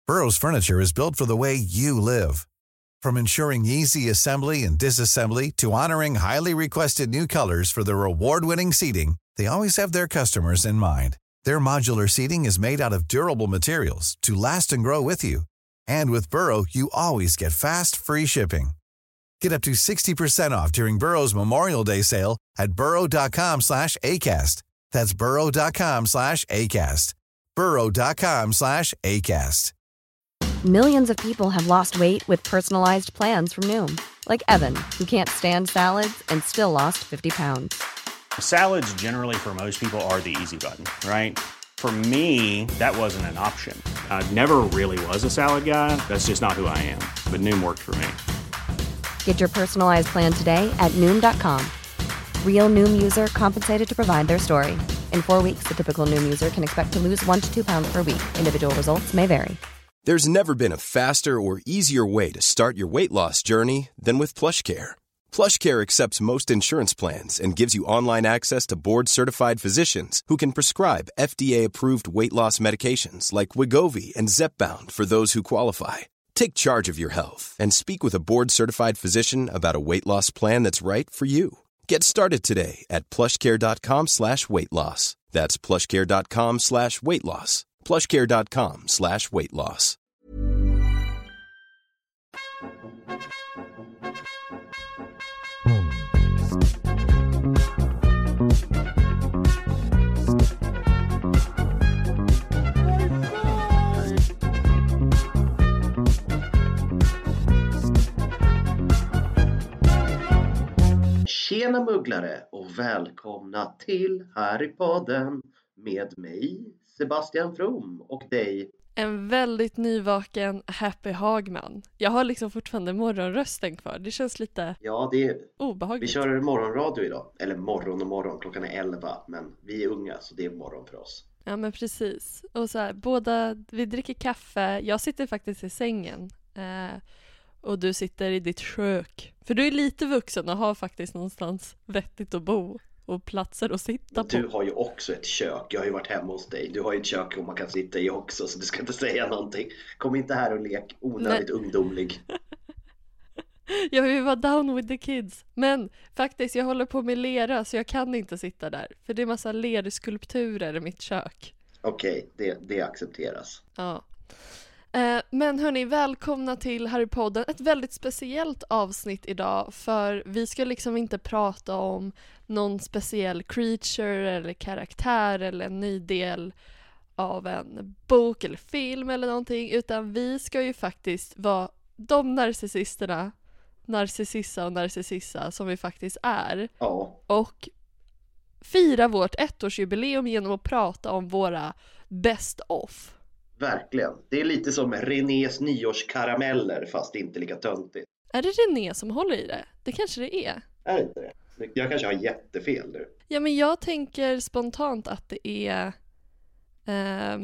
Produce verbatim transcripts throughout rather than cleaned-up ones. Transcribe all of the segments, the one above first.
Burrow's furniture is built for the way you live. From ensuring easy assembly and disassembly to honoring highly requested new colors for their award-winning seating, they always have their customers in mind. Their modular seating is made out of durable materials to last and grow with you. And with Burrow, you always get fast, free shipping. Get up to sixty percent off during Burrow's Memorial Day sale at burrow.com slash ACAST. That's burrow.com slash ACAST. burrow.com slash ACAST. Millions of people have lost weight with personalized plans from Noom. Like Evan, who can't stand salads and still lost fifty pounds. Salads generally for most people are the easy button, right? For me, that wasn't an option. I never really was a salad guy. That's just not who I am. But Noom worked for me. Get your personalized plan today at Noom dot com. Real Noom user compensated to provide their story. In four weeks, the typical Noom user can expect to lose one to two pounds per week. Individual results may vary. There's never been a faster or easier way to start your weight loss journey than with PlushCare. PlushCare accepts most insurance plans and gives you online access to board-certified physicians who can prescribe F D A-approved weight loss medications like Wegovy and Zepbound for those who qualify. Take charge of your health and speak with a board-certified physician about a weight loss plan that's right for you. Get started today at plushcare.com slash weight loss. That's plushcare.com slash weight loss. plushcare.com slash weight loss. Tjena mugglare och välkomna till Harrypodden med mig Sebastian From och dig. En väldigt nyvaken Happy Hagman. Jag har liksom fortfarande morgonrösten kvar. Det känns lite ja, det är... obehagligt. Vi kör morgonradio idag. Eller morgon och morgon. Klockan är elva. Men vi är unga så det är morgon för oss. Ja men precis. Och så här, båda, vi dricker kaffe. Jag sitter faktiskt i sängen. Eh, och du sitter i ditt kök. För du är lite vuxen och har faktiskt någonstans vettigt att bo. Och platser att sitta på. Du har ju också ett kök. Jag har ju varit hemma hos dig. Du har ju ett kök och man kan sitta i också. Så du ska inte säga någonting. Kom inte här och lek onödigt Nej. ungdomlig. Jag vill vara down with the kids. Men faktiskt, jag håller på med lera. Så jag kan inte sitta där. För det är massa lerskulpturer i mitt kök. Okej, okay, det, det accepteras. Ja. Eh, men hörni, välkomna till Harrypodden. Ett väldigt speciellt avsnitt idag. För vi ska liksom inte prata om någon speciell creature eller karaktär eller en ny del av en bok eller film eller någonting, utan vi ska ju faktiskt vara de narcissisterna, narcississa och narcississa som vi faktiskt är. Ja. Och fira vårt ettårsjubileum genom att prata om våra best of. Verkligen. Det är lite som Renés nyårskarameller fast inte lika töntigt. Är det René som håller i det? Det kanske det är. Är det inte det? Jag kanske har jättefel nu. Ja, men jag tänker spontant att det är eh,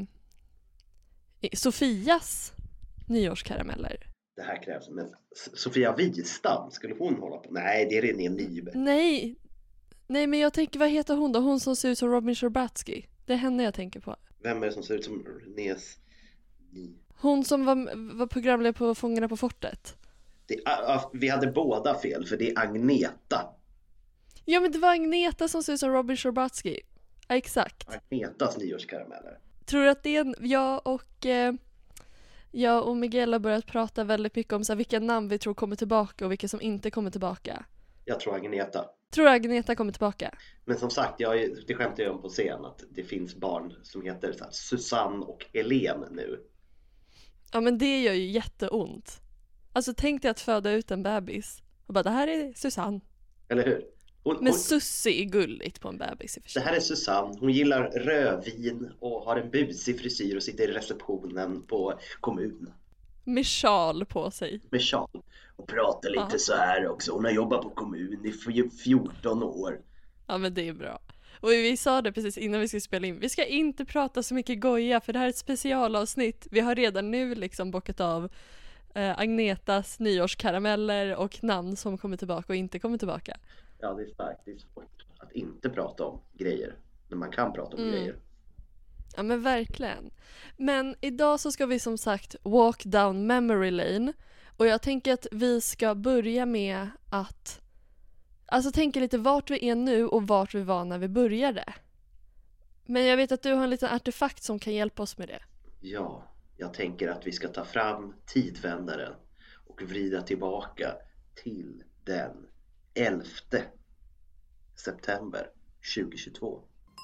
Sofias nyårskarameller. Det här krävs. Men Sofia Wistam, skulle hon hålla på? Nej, det är René Nyberg. Nej, nej, men jag tänker, vad heter hon då? Hon som ser ut som Robin Scherbatsky. Det är henne jag tänker på. Vem är det som ser ut som Renés? Hon som var, var programledare på Fångarna på fortet. Det, uh, vi hade båda fel, för det är Agneta. Ja, men det var Agneta som ser ut som Robin Scherbatsky. Ja, exakt. Agnetas nyårskarameller. Tror du att det är en... Jag och, eh, jag och Miguel har börjat prata väldigt mycket om så här, vilka namn vi tror kommer tillbaka och vilka som inte kommer tillbaka. Jag tror Agneta. Tror du Agneta kommer tillbaka? Men som sagt, jag, det skämtar jag om på scen att det finns barn som heter så här, Susanne och Helene nu. Ja, men det gör ju jätteont. Alltså tänk dig att föda ut en bebis och bara, det här är Susanne. Eller hur? Hon, men hon, Sussi är gulligt på en bebis i och för sig. Det här är Susanne. Hon gillar rödvin och har en busig frisyr och sitter i receptionen på kommun. Med sjal på sig. Med sjal. Och pratar lite ja. Så här också. Hon har jobbat på kommun i fjorton år. Ja, men det är bra. Och vi sa det precis innan vi skulle spela in. Vi ska inte prata så mycket goja, för det här är ett specialavsnitt. Vi har redan nu liksom bockat av eh, Agnetas nyårskarameller och namn som kommer tillbaka och inte kommer tillbaka. Ja, det är starkt. Det är svårt att inte prata om grejer när man kan prata om mm. grejer. Ja men verkligen. Men idag så ska vi som sagt walk down memory lane. Och jag tänker att vi ska börja med att alltså tänka lite vart vi är nu och vart vi var när vi började. Men jag vet att du har en liten artefakt som kan hjälpa oss med det. Ja, jag tänker att vi ska ta fram tidvändaren och vrida tillbaka till den elfte september tjugohundratjugotvå.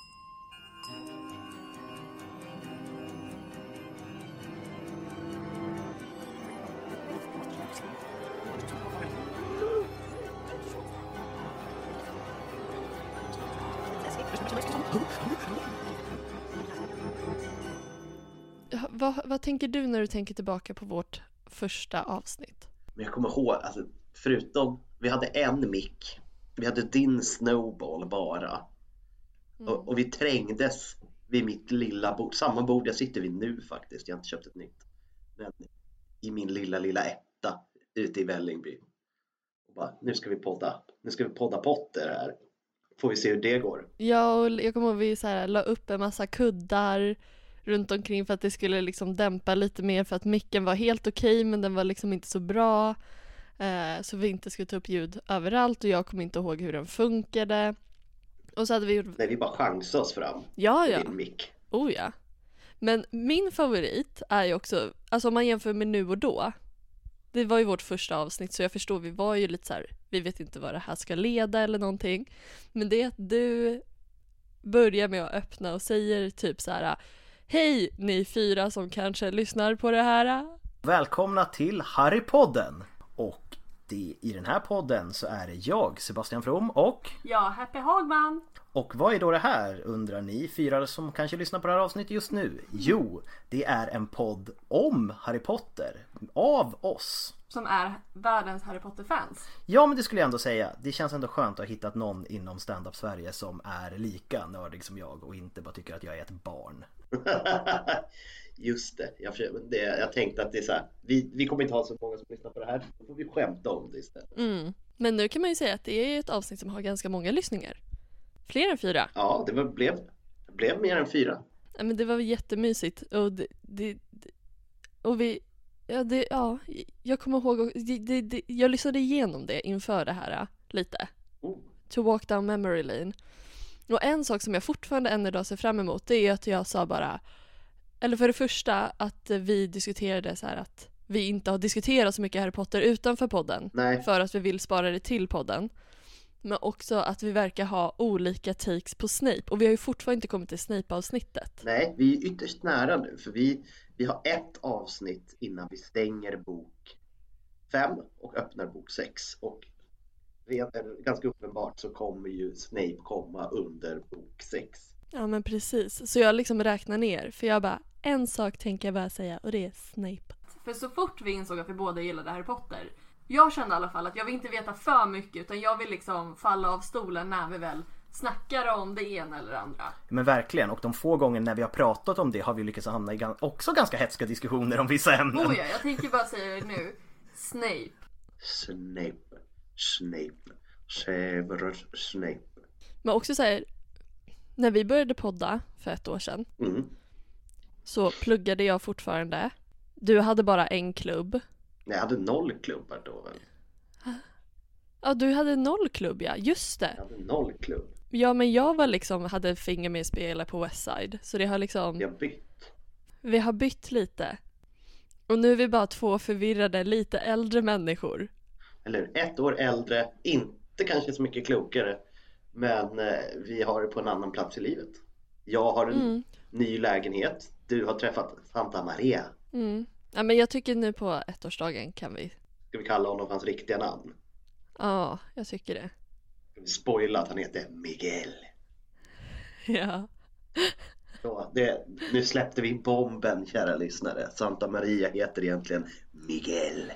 Vad, vad tänker du när du tänker tillbaka på vårt första avsnitt? Men jag kommer ihåg, alltså, förutom vi hade en mick, vi hade din snowball bara. Mm. Och, och vi trängdes vid mitt lilla bord, samma bord jag sitter vid nu faktiskt, jag har inte köpt ett nytt. Men i min lilla, lilla etta ute i Vällingby. Och bara, nu ska vi podda, nu ska vi podda Potter här. Får vi se hur det går. Ja, och jag kommer ihåg att vi så här, la upp en massa kuddar runt omkring för att det skulle liksom dämpa lite mer, för att micken var helt okej men den var liksom inte så bra, eh, så vi inte skulle ta upp ljud överallt, och jag kommer inte ihåg hur den funkade. Och så hade vi gjort... Nej, vi bara chansade oss fram. Ja, ja. Din mick. Oh ja. Men min favorit är ju också, alltså om man jämför med nu och då, det var ju vårt första avsnitt, så jag förstår, vi var ju lite så här, vi vet inte vad det här ska leda eller någonting, men det är att du börjar med att öppna och säger typ så här: hej ni fyra som kanske lyssnar på det här. Välkomna till Harrypodden. Och det, i den här podden så är det jag, Sebastian From, och ja, Happy Hagman. Och vad är då det här, undrar ni fyra som kanske lyssnar på det här avsnittet just nu? Jo, det är en podd om Harry Potter, av oss som är världens Harry Potter-fans. Ja, men det skulle jag ändå säga. Det känns ändå skönt att ha hittat någon inom stand-up Sverige som är lika nördig som jag och inte bara tycker att jag är ett barn. Just det. Jag, det, jag tänkte att det är så här, vi, vi kommer inte ha så många som lyssnar på det här. Då får vi skämta om det istället. Mm. Men nu kan man ju säga att det är ett avsnitt som har ganska många lyssningar. Fler än fyra. Ja, det var, blev, det blev mer än fyra. Ja, men det var jättemysigt. Och, det, det, och vi... Ja, det, ja, jag kommer ihåg... Det, det, det, jag lyssnade igenom det inför det här lite. Oh. To walk down memory lane. Och en sak som jag fortfarande än idag ser fram emot, det är att jag sa bara... Eller för det första att vi diskuterade så här att vi inte har diskuterat så mycket Harry Potter utanför podden. Nej. För att vi vill spara det till podden. Men också att vi verkar ha olika takes på Snape. Och vi har ju fortfarande inte kommit till Snape-avsnittet. Nej, vi är ytterst nära nu. För vi, vi har ett avsnitt innan vi stänger bok fem och öppnar bok sex. Och ganska uppenbart så kommer ju Snape komma under bok sex. Ja, men precis. Så jag liksom räknar ner. För jag bara, en sak tänker jag bara säga, och det är Snape. För så fort vi insåg att vi båda gillade Harry Potter, jag kände i alla fall att jag vill inte veta för mycket, utan jag vill liksom falla av stolen när vi väl snackar om det ena eller andra. Men verkligen, och de få gånger när vi har pratat om det har vi lyckats hamna i också ganska hetska diskussioner om vissa ämnen. Oh ja, jag tänker bara säga det nu. Snape. Snape. Snape. Severus Snape. Men också så här, när vi började podda för ett år sedan, mm. så pluggade jag fortfarande. Du hade bara en klubb. Nej, jag hade noll klubbar då väl? Ja, du hade noll klubb, ja. Just det. Jag hade noll klubb. Ja, men jag var liksom, hade finger med spela på Westside. Så det har liksom... Vi har bytt. Vi har bytt lite. Och nu är vi bara två förvirrade, lite äldre människor. Eller ett år äldre, inte kanske så mycket klokare. Men eh, vi har det på en annan plats i livet. Jag har en mm. ny lägenhet. Du har träffat Santa Maria. Mm. Ja, men jag tycker nu på ettårsdagen kan vi... Ska vi kalla honom hans riktiga namn? Ja, jag tycker det. Ska vi spoila att han heter Miguel? Ja. Så, det, nu släppte vi in bomben, kära lyssnare. Santa Maria heter egentligen Miguel.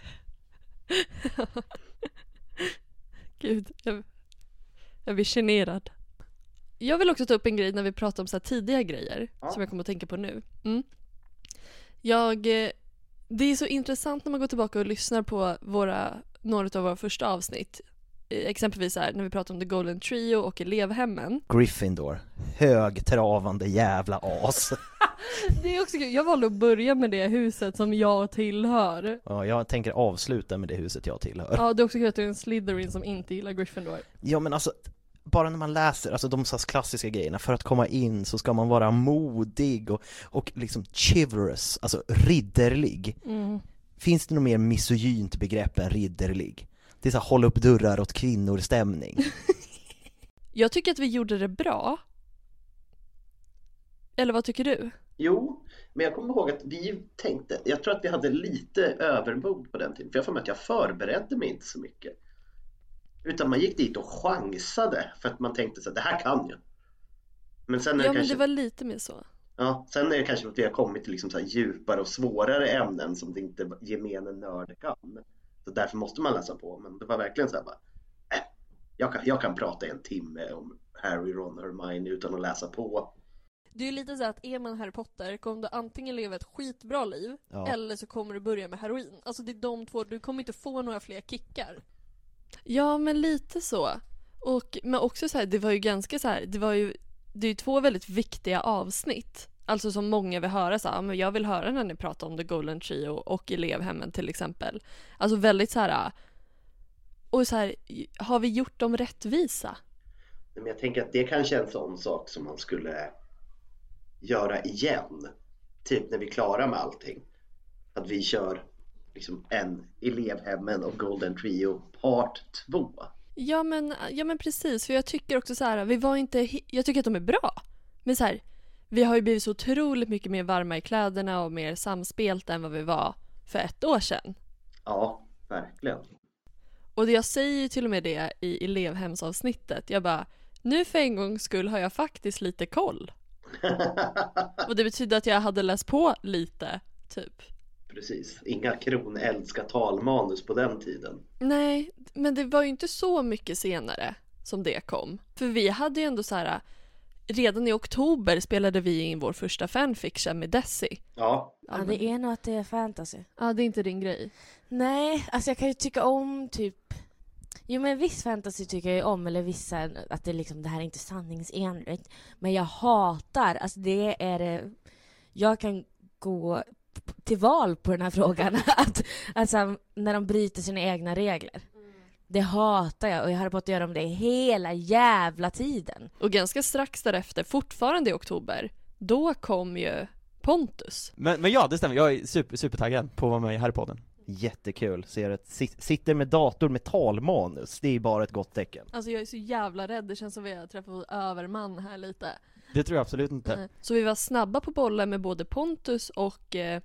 Gud, jag, jag blir generad. Jag vill också ta upp en grej när vi pratar om så här tidiga grejer, ja. Som jag kommer att tänka på nu. Mm. Jag, det är så intressant när man går tillbaka och lyssnar på våra, några av våra första avsnitt. exempelvis här, när vi pratar om The Golden Trio och elevhemmen. Gryffindor, högtravande jävla as. Det är också kul. Jag valde att börja med det huset som jag tillhör. Ja, jag tänker avsluta med det huset jag tillhör. Ja, det är också kul att du är en Slytherin som inte gillar Gryffindor. Ja, men alltså, bara när man läser alltså de så klassiska grejerna, för att komma in så ska man vara modig och, och liksom chivalrous, alltså ridderlig. Mm. Finns det något mer misogynt begrepp än ridderlig? Det är så här, hålla upp dörrar åt kvinnor stämning. Jag tycker att vi gjorde det bra. Eller vad tycker du? Jo, men jag kommer ihåg att vi tänkte, jag tror att vi hade lite övermod på den tiden. För jag får med att jag förberedde mig inte så mycket. Utan man gick dit och chansade för att man tänkte så att det här kan jag. Men sen är Ja, det men kanske... det var lite mer så. Ja, sen är det kanske att vi har kommit till liksom så här djupare och svårare ämnen som det inte gemene nörd kan. Så därför måste man läsa på. Men det var verkligen så här bara, äh, jag, kan, jag kan prata en timme om Harry, Ron och Hermione utan att läsa på. Det är ju lite så att är man Harry Potter kommer du antingen leva ett skitbra liv Ja. eller så kommer du börja med heroin. Alltså det är de två, du kommer inte få några fler kickar. Ja, men lite så. Och, men också så här, det var ju ganska så här, det var ju det är ju två väldigt viktiga avsnitt. Alltså som många vill höra så här, men jag vill höra när ni pratar om The Golden Trio och elevhemmen till exempel. Alltså väldigt så här, och så här, har vi gjort dem rättvisa? Men jag tänker att det kanske är en sån sak som man skulle göra igen. Typ när vi är klara med allting. Att vi kör liksom en elevhemmen och Golden Trio part två. Ja men, ja men precis, för jag tycker också så här, vi var inte, jag tycker att de är bra. Men så här, vi har ju blivit så otroligt mycket mer varma i kläderna och mer samspelta än vad vi var för ett år sedan. Ja, verkligen. Och jag säger ju till och med det i elevhemsavsnittet. Jag bara, nu för en gångs skull har jag faktiskt lite koll. Och det betyder att jag hade läst på lite, typ. Precis, inga kronälska talmanus på den tiden. Nej, men det var ju inte så mycket senare som det kom. För vi hade ju ändå så här, redan i oktober spelade vi in vår första fanfiction med Desi. Ja. Ja, det är nog att det är fantasy. Ja, det är inte din grej. Nej, alltså jag kan ju tycka om typ... Jo, men viss fantasy tycker jag ju om, eller vissa att det liksom, det här är inte sanningsenligt. Men jag hatar, alltså det är det... Jag kan gå till val på den här frågan. att, alltså när de bryter sina egna regler. Mm. Det hatar jag, och jag har fått göra om det hela jävla tiden. Och ganska strax därefter, fortfarande i oktober, då kom ju Pontus. Men, men ja, det stämmer. Jag är super, supertaggad på att vara med i Harry-podden. Jättekul. Ser ett, sitter med dator med talmanus. Det är bara ett gott tecken. Alltså jag är så jävla rädd. Det känns som vi har träffat överman här lite. Det tror jag absolut inte. Så vi var snabba på bollen med både Pontus och eh,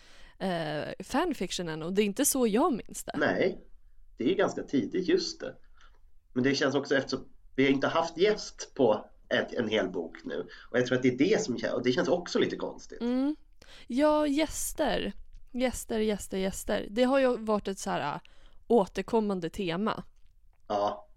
eh, fanfictionen. Och det är inte så jag minns det. Nej, det är ganska tidigt, just det. Men det känns också, eftersom vi har inte haft gäst på ett, en hel bok nu. Och jag tror att det är det som känns, och det känns också lite konstigt. Mm. Ja, gäster. Gäster, gäster, gäster. Det har ju varit ett så här återkommande tema. Ja.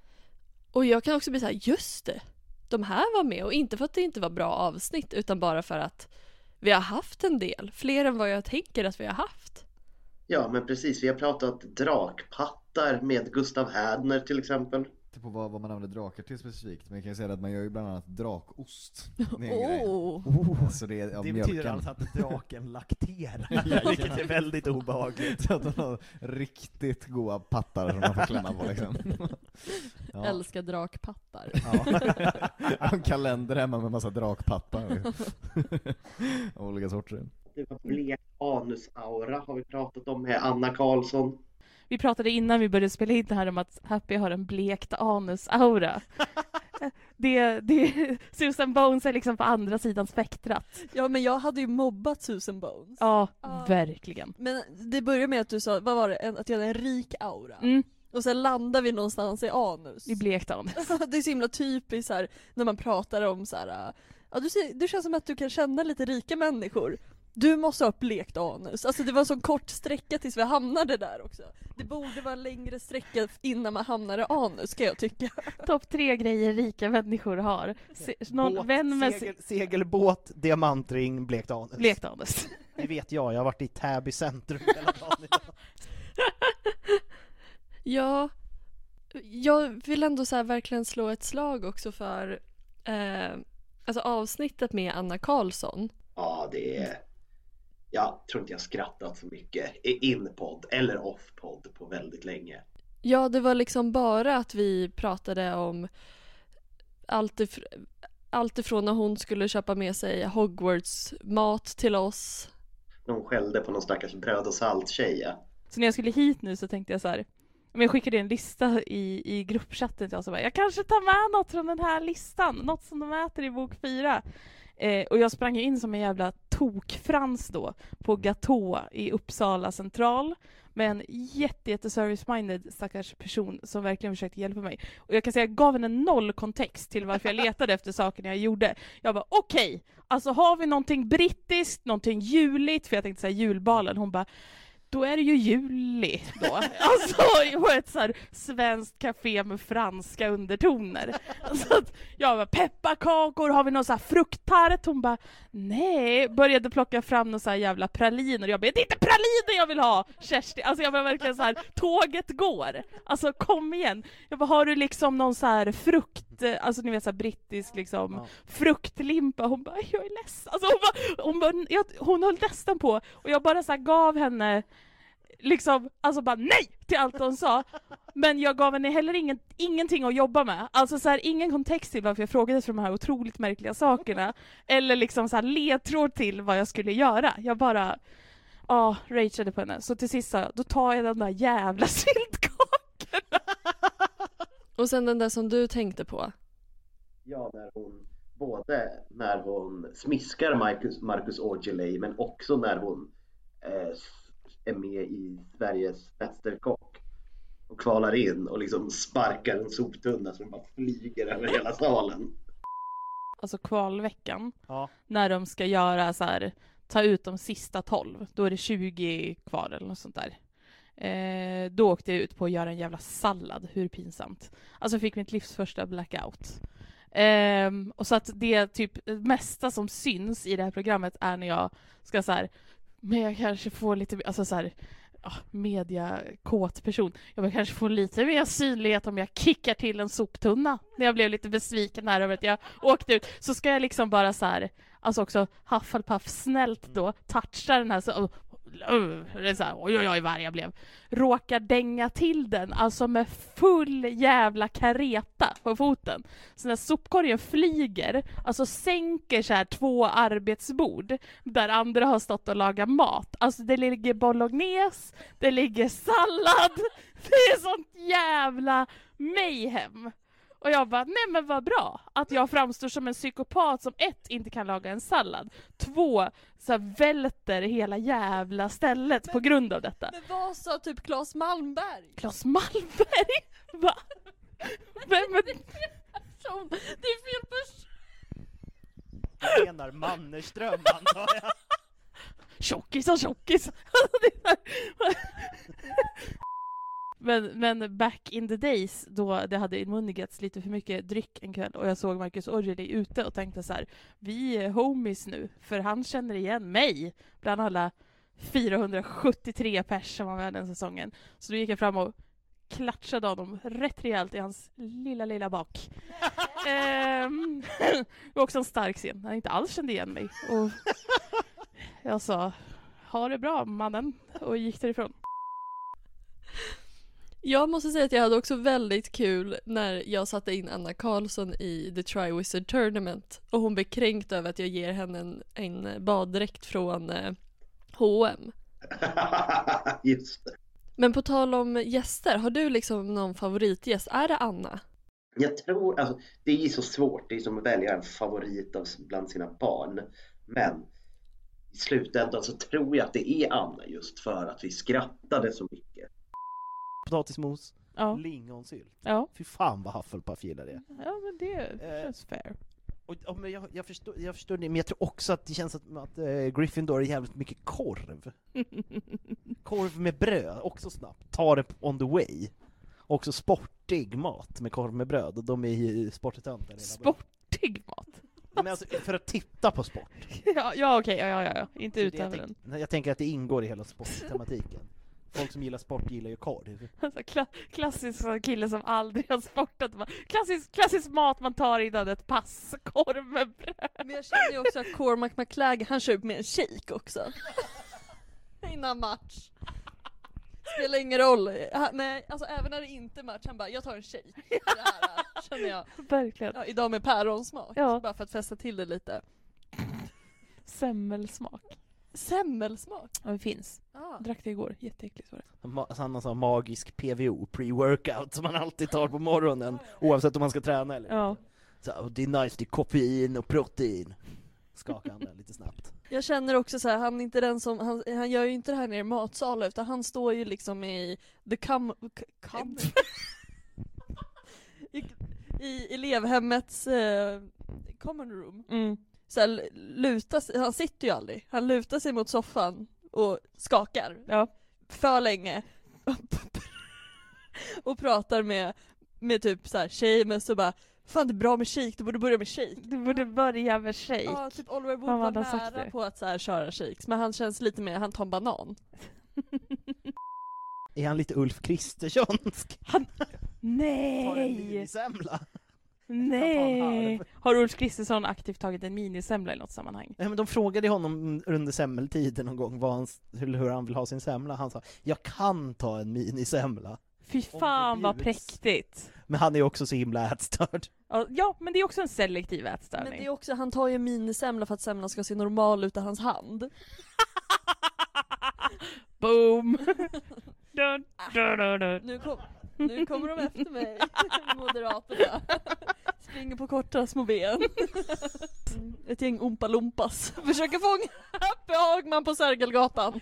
Och jag kan också bli så här, just det. De här var med, och inte för att det inte var bra avsnitt, utan bara för att vi har haft en del. Fler än vad jag tänker att vi har haft. Ja, men precis. Vi har pratat drakpattar med Gustav Hädner till exempel. På vad, vad man använder drakar till specifikt. Men jag kan ju säga att man gör ju bland annat drakost. Det är oh. oh. Så det är av det mjölken. betyder alltså att draken lakterar. Vilket är väldigt obehagligt. Så att de har riktigt goda pattar som man får klämma på liksom. Ja. Älskar drakpattar. Ja. En kalender hemma med massa drakpattar. Liksom. Olika sorter. Det var blek anusaura har vi pratat om med Anna Karlsson. Vi pratade innan vi började spela in det här om att Happy har en blekt anusaura. det, det, Susan Bones är liksom på andra sidan spektrat. Ja, men jag hade ju mobbat Susan Bones. Ja, ah. verkligen. Men det började med att du sa, vad var det? En, att jag hade en rik aura. Mm. Och sen landar vi någonstans i anus. I blekt anus. Det är så himla typiskt så här, när man pratar om så här, ja, du, ser, du känns som att du kan känna lite rika människor. Du måste ha blekt anus. Alltså det var en sån kort sträcka tills vi hamnade där också. Det borde vara en längre sträcka innan man hamnar i anus, ska jag tycka. Topp tre grejer rika människor har. Se, någon Båt, vän med segel, segelbåt, diamantring, blekt anus. Blekt anus. Det vet jag, jag har varit i Täby centrum hela dagen idag. Ja, Jag vill ändå så här verkligen slå ett slag också för eh, alltså avsnittet med Anna Karlsson. Ja, det är... Jag tror inte jag skrattat så mycket i in-podd eller off-podd på väldigt länge. Ja, det var liksom bara att vi pratade om allt, if- allt ifrån när hon skulle köpa med sig Hogwarts mat till oss. De skällde på någon stackars bröd och salt tjej. Så när jag skulle hit nu så tänkte jag så här, men jag skickade en lista i, i gruppchatten till oss och bara, jag kanske tar med något från den här listan, något som de äter i bok fyra. Eh, och jag sprang in som en jävla tokfrans då på Gatå i Uppsala central med en jätte, jätte service-minded stackars person som verkligen försökte hjälpa mig. Och jag kan säga, jag gav henne noll kontext till varför jag letade efter sakerna jag gjorde. Jag bara, okej, okay, alltså har vi någonting brittiskt, någonting juligt, för jag tänkte säga julbalen, hon bara, då är det ju juli då. Alltså på ett så här svenskt café med franska undertoner. Så att jag bara, pepparkakor, har vi någon så här frukttart? Hon bara, nej. Började plocka fram någon så här jävla praliner. Jag bara, det är inte praliner jag vill ha, Kersti. Alltså jag var verkligen så här, tåget går. Alltså kom igen. Jag bara, har du liksom någon så här frukt, alltså ni vet så här brittisk liksom, ja. fruktlimpa? Hon bara, jag är ledsen. Alltså hon bara, hon, bara, jag, hon höll nästan på. Och jag bara så här gav henne liksom, alltså bara nej till allt hon sa. Men jag gav henne heller ingen, ingenting att jobba med. Alltså så här, ingen kontext till varför jag frågade för de här otroligt märkliga sakerna. Eller liksom så här ledtråd till vad jag skulle göra. Jag bara, ja, rageade på henne. Så till sist sa jag, då tar jag den där jävla syltkakorna. Och sen den där som du tänkte på. Ja, när hon, både när hon smiskar Marcus, Marcus Aujalay, men också när hon eh, är med i Sveriges mästerkock och kvalar in och liksom sparkar en soptunna som bara flyger över hela salen. Alltså kvalveckan, ja. När de ska göra så här, ta ut de sista tolv, då är det tjugo kvar eller något sånt där. Eh, då åkte jag ut på att göra en jävla sallad, hur pinsamt. Alltså fick mitt livs första blackout. Eh, och så att det typ mesta som syns i det här programmet är när jag ska så här, men jag kanske får lite, alltså så här, ja, media-kåt person. Jag kanske får lite mer synlighet om jag kickar till en soptunna. När jag blev lite besviken här över att jag åkte ut. Så ska jag liksom bara så här, alltså också Hufflepuff snällt då, toucha den här så, Uh, det är så här, oj oj oj vad jag blev. Råkar dänga till den, alltså med full jävla kareta på foten. Så när sopkorgen flyger, alltså sänker så här två arbetsbord där andra har stått och lagat mat. Alltså det ligger bolognese, det ligger sallad. Det är sånt jävla mayhem. Och jag bara, nej men vad bra att jag framstår som en psykopat som ett, inte kan laga en sallad. Två, så här, välter hela jävla stället men, på grund av detta. Men vad sa typ Claes Malmberg? Claes Malmberg? Va? Vem är det? Det är fel person. Jag menar Mannerström, antar jag. Tjockis och tjockis. Men, men back in the days då det hade inmundigats lite för mycket dryck en kväll och jag såg Marcus Aujalay ute och tänkte så här, vi är homies nu för han känner igen mig bland alla fyrahundrasjuttiotre pers som var med den säsongen. Så då gick jag fram och klatschade honom rätt rejält i hans lilla lilla bak. ehm, det var också en stark scen. Han inte alls kände igen mig. Och jag sa, ha det bra mannen, och gick därifrån. Jag måste säga att jag hade också väldigt kul när jag satte in Anna Karlsson i The Triwizard Tournament och hon blev kränkt över att jag ger henne en, en baddräkt från eh, H och M. Just det. Men på tal om gäster, har du liksom någon favoritgäst? Är det Anna? Jag tror, alltså, det är så svårt, det är som att välja en favorit av, bland sina barn. Men i slutändan så tror jag att det är Anna just för att vi skrattade så mycket. Potatismos, ja. Lingonsylt. Ja. Fy fan vad Hufflepuff gillar det. Ja, men det känns eh, fair. Och, och, men jag, jag, förstår, jag förstår det, men jag tror också att det känns att, att uh, Gryffindor är jävligt mycket korv. Korv med bröd, också snabbt. Ta det on the way. Också sportig mat med korv med bröd. Och de är ju sporttöntar. Sportig mat? Men alltså, för att titta på sport. Ja, ja okej, okay, ja, ja, ja. Inte så utöver jag den. Tänk, jag tänker att det ingår i hela sporttematiken. Folk som gillar sport gillar ju korv. Alltså, kla- klassisk kille som aldrig har sportat. Klassisk, klassisk mat man tar innan ett pass. Korv med bröd. Men jag känner ju också att Cormac McLaggen, han kör upp med en shake också. Innan match. Spelar ingen roll. Han, nej, alltså även när det inte är match, han bara, jag tar en shake. Det här, känner jag. Verkligen. Ja, idag med päronsmak. Ja. Bara för att fästa till det lite. Semmelsmak. Semmelsmak? Ja, det finns. Ah. Drack det igår, jätteäckligt var det. Ma- han har sån magisk P V O, pre-workout, som man alltid tar på morgonen, oavsett om man ska träna eller Ja. så, det är nice, det är koffein och protein. Skakar han det lite snabbt. Jag känner också så här, han är inte den som, han, han gör ju inte det här nere i matsalen, utan han står ju liksom i the com... com I, i elevhemmets eh, common room. Mm. Så här, lutar sig, han sitter ju aldrig. Han lutar sig mot soffan och skakar. Ja. För länge. Och pratar med, med typ så här Seamus och bara, fan det är bra med shake, du borde börja med shake. Du borde börja med shake. Ja, typ Oliver Wood Fan, var vad han har sagt nära det. på att så här köra shakes, men han känns lite mer, han tar en banan. Är han lite Ulf Kristerssonsk? Han... Tar en Nej! minisemla? Nej! Har Ulf Kristersson aktivt tagit en minisemla i något sammanhang? Nej, men de frågade honom under semmeltiden någon gång vad han, hur, hur han vill ha sin semla. Han sa, jag kan ta en minisemla. Fy fan vad bjuds. präktigt! Men han är också så himla ätstörd. Ja, ja, men det är också en selektiv ätstörning. Men det är också, han tar ju en minisemla för att semlan ska se normal ut i hans hand. Boom! dun, dun, dun, dun. Nu, kom, nu kommer de efter mig, Moderaterna. Springer på korta små ben. Ett gäng Oompa-Loompas försöker fånga Happy Hagman på Sergelgatan.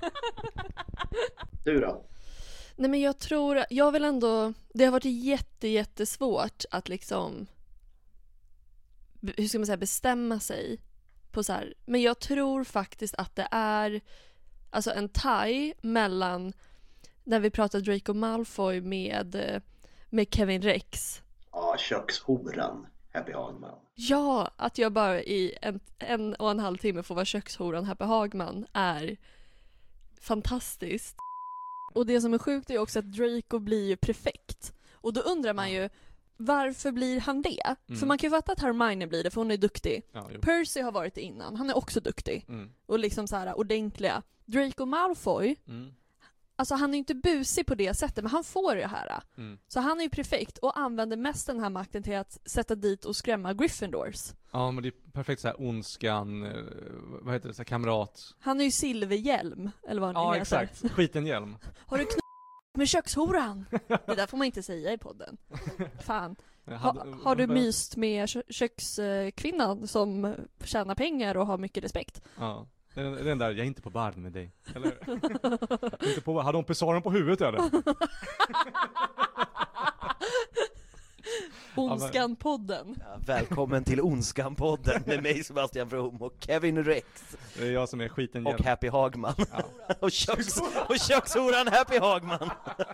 Du då? Nej men jag tror, jag vill ändå, det har varit jätte, jättesvårt att liksom, hur ska man säga, bestämma sig på så här. Men jag tror faktiskt att det är alltså en tie mellan när vi pratade Draco Malfoy med, med Kevin Rex. Ja, kökshoran Happy Hagman. Ja, att jag bara i en, en och en halv timme får vara kökshoran Happy Hagman är fantastiskt. Och det som är sjukt är också att Draco blir ju perfekt. Och då undrar man ju, varför blir han det? Mm. För man kan ju fatta att Hermione blir det, för hon är duktig. Ja, jo. Percy har varit det innan, han är också duktig. Mm. Och liksom så här ordentliga. Draco Malfoy, Mm. alltså han är ju inte busig på det sättet, men han får det här. Mm. Så han är ju perfekt och använder mest den här makten till att sätta dit och skrämma Gryffindors. Ja, men det är perfekt så här ondskan, eh, vad heter det, så här kamrat. Han är ju silverhjälm, eller vad han Ja, heter. exakt. Skitenhjälm. Har du knull med kökshoran? Det där får man inte säga i podden. Fan. Jag Ha, hade- har du jag bara- myst med kö- kökskvinnan som tjänar pengar och har mycket respekt? Ja. Det är den, det är den där, jag är inte på barn med dig. Eller? Jag är inte på, hade hon pessaren på huvudet eller? Ondskan-podden. Ja, välkommen till Ondskan-podden med mig Sebastian From och Kevin Rex. Det är jag som är skiten och Happy Hagman. och, köks, och kökshoran Happy Hagman.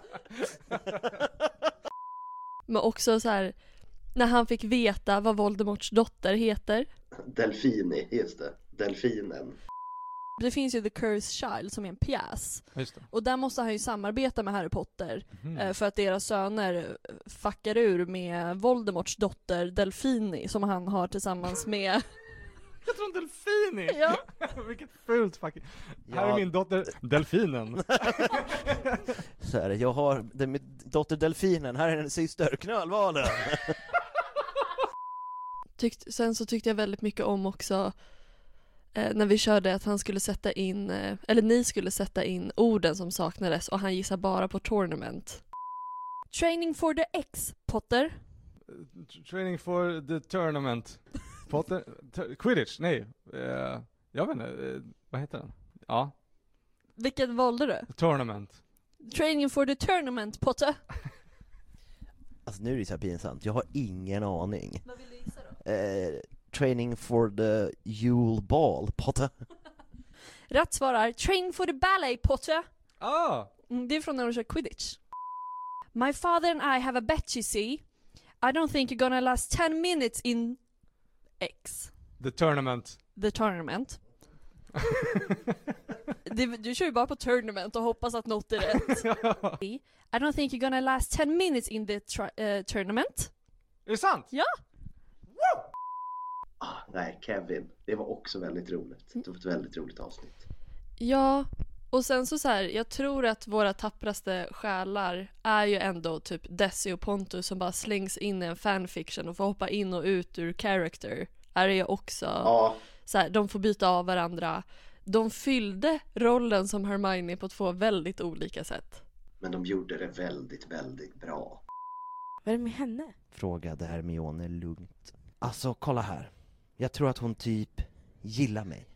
Men också så här, när han fick veta vad Voldemorts dotter heter. Delfini, just det. Delfinen. Det finns ju The Cursed Child som är en pjäs. Just det. Och där måste han ju samarbeta med Harry Potter. Mhm. eh, För att deras söner fuckar ur med Voldemorts dotter Delfini, som han har tillsammans med... Jag tror en delfini! Ja. Vilket fult fucking... Ja. Här är min dotter, delfinen. Så är det, jag har det, min dotter Delfinen, här är en syster, knölvalen. Tyckt, sen så tyckte jag väldigt mycket om också eh, när vi körde att han skulle sätta in, eh, eller ni skulle sätta in orden som saknades och han gissar bara på tournament. Training for the X, Potter. Training for the tournament. Potter? T- Quidditch? Nej. Uh, jag vet inte. Uh, vad heter den? Ja. Vilket valde du? Tournament. Training for the tournament, Potter. Alltså nu är det så här pinsamt, jag har ingen aning. Vad vill du gissa då? Eh, training for the Yule Ball, Potter. Rätt svar är Training for the ballet, Potter. Ah! Mm, det är från när de kör Quidditch. My father and I have a bet, you see. I don't think you're gonna last ten minutes in X. The tournament. The tournament. det, du kör ju bara på tournament och hoppas att något är rätt. I don't think you're gonna last ten minutes in the tra- uh, tournament. Är det sant? Ja. Ah, nej, Kevin. Det var också väldigt roligt. Det var ett väldigt roligt avsnitt. Ja, och sen så så här, jag tror att våra tappraste själar är ju ändå typ Desi och Pontus som bara slängs in i en fanfiction och får hoppa in och ut ur character. Är det ju också Ja. så här, de får byta av varandra. De fyllde rollen som Hermione på två väldigt olika sätt. Men de gjorde det väldigt, väldigt bra. Vad är det med henne? Frågade Hermione lugnt. Alltså, kolla här. Jag tror att hon typ gillar mig.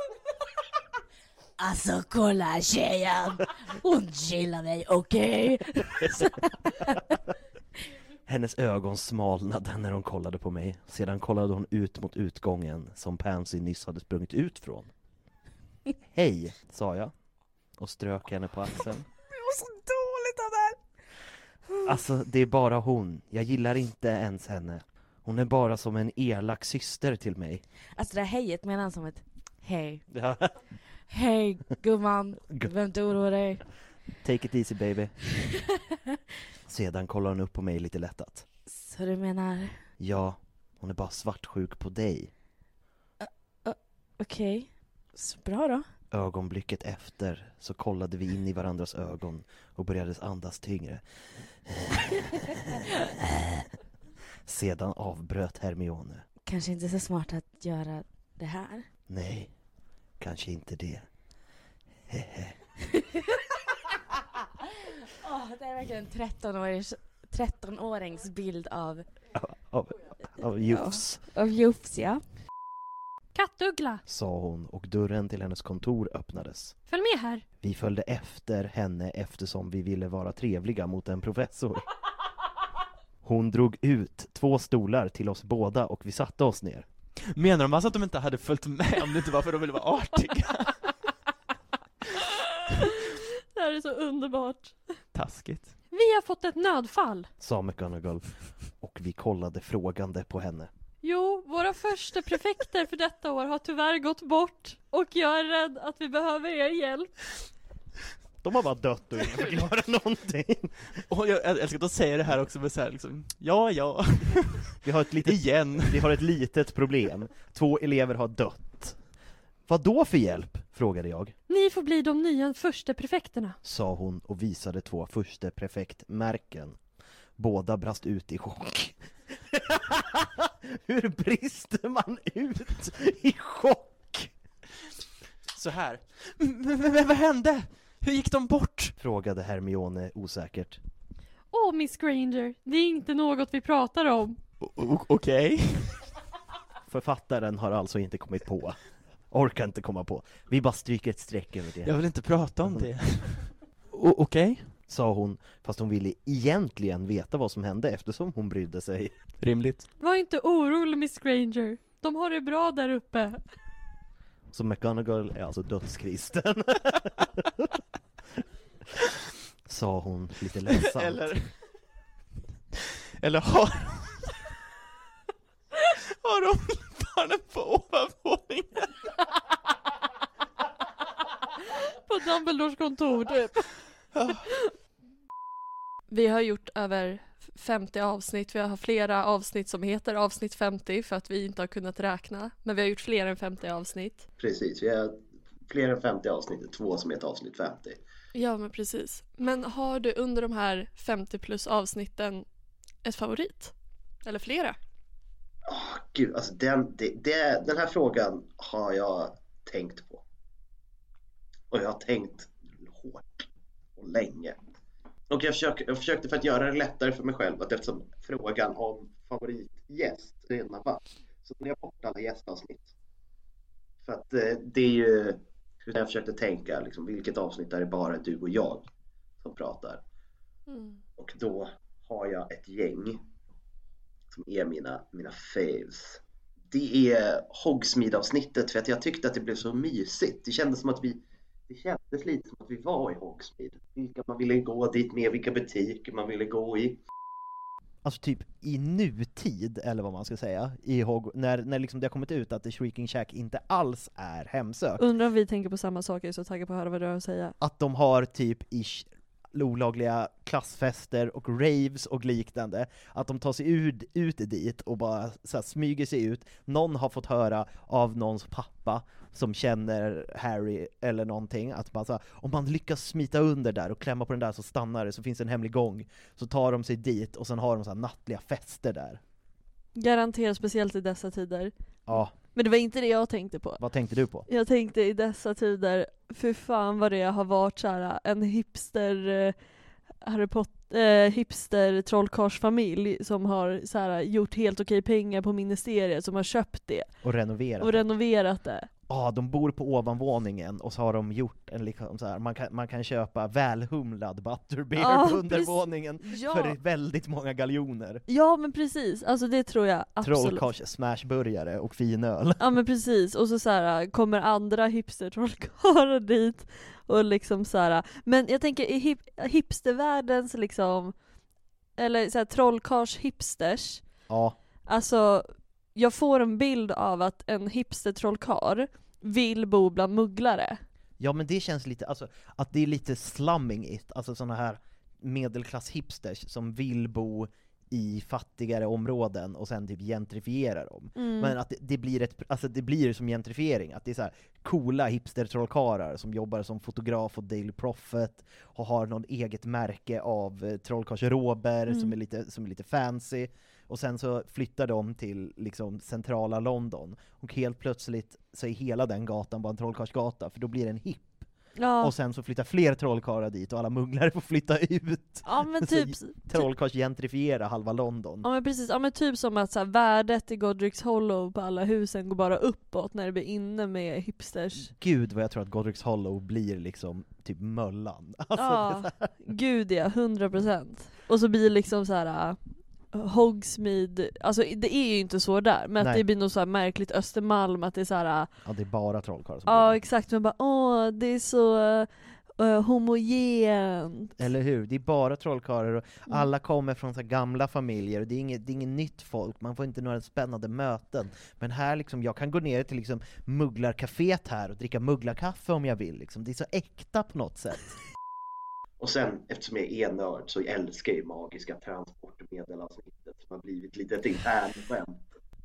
Alltså kolla tjejen, hon gillar mig, okej? Okay? Hennes ögon smalnade när hon kollade på mig. Sedan kollade hon ut mot utgången som Pansy nyss hade sprungit ut från. Hej, sa jag och strök henne på axeln. Det var så dåligt av det. Alltså, det är bara hon. Jag gillar inte ens henne. Hon är bara som en elak syster till mig. Alltså det här hejet menar han som ett hej. Ja. Hej gumman, vem inte oroa dig. Take it easy baby. Sedan kollar hon upp på mig lite lättat. Så du menar? Ja, hon är bara svartsjuk på dig. Uh, uh, Okej, okay. Så bra då. Ögonblicket efter så kollade vi in i varandras ögon och började andas tyngre. Sedan avbröt Hermione. Kanske inte så smart att göra det här. Nej, kanske inte det. Hehe. Oh, det är verkligen en tretton-årings, tretton-årings bild av... Av, av Jufs. Av, av Jufs, ja. Kattuggla, sa hon och dörren till hennes kontor öppnades. Följ med här. Vi följde efter henne eftersom vi ville vara trevliga mot en professor. Hon drog ut två stolar till oss båda och vi satte oss ner. Menar de alltså att de inte hade följt med om det inte var för att de ville vara artiga? Det här är så underbart. Taskigt. Vi har fått ett nödfall, sa McGonagall och vi kollade frågande på henne. Jo, våra första prefekter för detta år har tyvärr gått bort och jag är rädd att vi behöver er hjälp. De har bara dött och inte förklarat någonting. Och jag älskar att säga det här också med så här liksom, ja, ja. Vi har ett litet, igen. Vi har ett litet problem. Två elever har dött. Vad då för hjälp? Frågade jag. Ni får bli de nya första prefekterna, sa hon och visade två första prefektmärken. Båda brast ut i chock. Hur brister man ut i chock? Så här. Men vad hände? Hur gick de bort? Frågade Hermione osäkert. Åh, Miss Granger, det är inte något vi pratar om. O- Okej. Okay. Författaren har alltså inte kommit på. Orkar inte komma på. Vi bara stryker ett streck över det. Jag vill inte prata om det. O- Okej. Okay. Sa hon, fast hon ville egentligen veta vad som hände eftersom hon brydde sig. Rimligt. Var inte orolig, Miss Granger. De har det bra där uppe. Så McGonagall är alltså dödskristen. Sa hon lite ledsamt. Eller, eller har har de barnen på ovanvåningen? På Dumbledores kontor typ. Vi har gjort över femtio avsnitt. Vi har flera avsnitt som heter avsnitt femtio för att vi inte har kunnat räkna. Men vi har gjort fler än femtio avsnitt. Precis, vi har fler än femtio avsnitt. Två som heter avsnitt femtio. Ja, men precis. Men har du under de här femtio plus avsnitten ett favorit? Eller flera? Oh, gud, alltså den, det, det, den här frågan har jag tänkt på. Och jag har tänkt hårt och länge. Och jag försökte, jag försökte för att göra det lättare för mig själv att eftersom frågan om favoritgäst redan var, så tog jag bort alla gästavsnitt. För att eh, det är ju, jag försökte tänka liksom, vilket avsnitt är det bara du och jag som pratar. Mm. Och då har jag ett gäng som är mina, mina faves. Det är Hogsmeade-avsnittet för att jag tyckte att det blev så mysigt. Det kändes som att vi Det kändes lite som att vi var i Hogsmeade. Vilka man ville gå dit med, vilka butiker man ville gå i. alltså typ i nutid, eller vad man ska säga, i Hog- när, när liksom det har kommit ut att The Shrieking Shack inte alls är hemsökt. Undrar om vi tänker på samma saker, så taggad på att höra vad du har att säga. Att de har typ ish olagliga klassfester och raves och liknande, att de tar sig ut, ut dit och bara så här, smyger sig ut. Någon har fått höra av någons pappa som känner Harry eller någonting, att bara så här, om man lyckas smita under där och klämma på den där så stannar det, så finns det en hemlig gång, så tar de sig dit och sen har de så här nattliga fester där. Garanterat, speciellt i dessa tider. Ja. Men det var inte det jag tänkte på. Vad tänkte du på? Jag tänkte i dessa tider, för fan vad det har varit så här, en hipster eh, Harry Potter, eh, hipster trollkarlsfamilj som har så här, gjort helt okej pengar på ministeriet, som har köpt det. Och renoverat. Och renoverat det. Ja, de bor på ovanvåningen och så har de gjort en liksom så här, man kan, man kan köpa välhumlad butterbeer Ja, på undervåningen ja. för väldigt många galjoner. Ja, men precis. Alltså det tror jag absolut. Trollkarls smashburgare och finöl. Ja, men precis. Och så, så här, kommer andra hipster-trollkarlar dit och liksom så här. Men jag tänker i hip, hipstervärldens liksom, eller så här, trollkars-hipsters. Ja. Alltså, jag får en bild av att en hipster-trollkarl vill bo bland mugglare. Ja, men det känns lite, alltså att det är lite slumming it, alltså såna här medelklass hipsters som vill bo i fattigare områden och sen typ gentrifiera dem. Mm. Men att det, det blir ett, alltså det blir som gentrifiering, att det är så här coola hipster-trollkarlar som jobbar som fotograf och Daily Prophet och har någon eget märke av eh, trollkarlsrober Mm. som är lite som är lite fancy, och sen så flyttar de till liksom centrala London och helt plötsligt så är hela den gatan bara en trollkarlsgata, för då blir den hipp. Ja. Och sen så flyttar fler trollkarlar dit och alla mugglare får flytta ut. Ja, men typ trollkarls gentrifiera halva London. Ja, men precis. Ja, men typ som att så här, värdet i Godric's Hollow på alla husen går bara uppåt när det blir inne med hipsters. Gud vad jag tror att Godric's Hollow blir liksom typ Möllan. Alltså, Ja, det är så här. gud ja, hundra procent. Och så blir det liksom så här uh, Hogsmeade, alltså det är ju inte så där, men att Nej. det blir nog så här märkligt Östermalm, att det är så här. Ja, det är bara trollkarlar som Ja, bor exakt. Men bara, åh, det är så uh, homogent. där. Eller hur? Det är bara trollkarlar och Mm. alla kommer från så här gamla familjer och det är inget, det är inget nytt folk, man får inte några spännande möten. Men här liksom, jag kan gå ner till liksom mugglarcaféet här och dricka mugglarkaffe om jag vill liksom. Det är så äkta på något sätt. Och sen, eftersom jag är nörd, så älskar jag ju magiska transportmedelavsnittet som har blivit lite ett internskämt.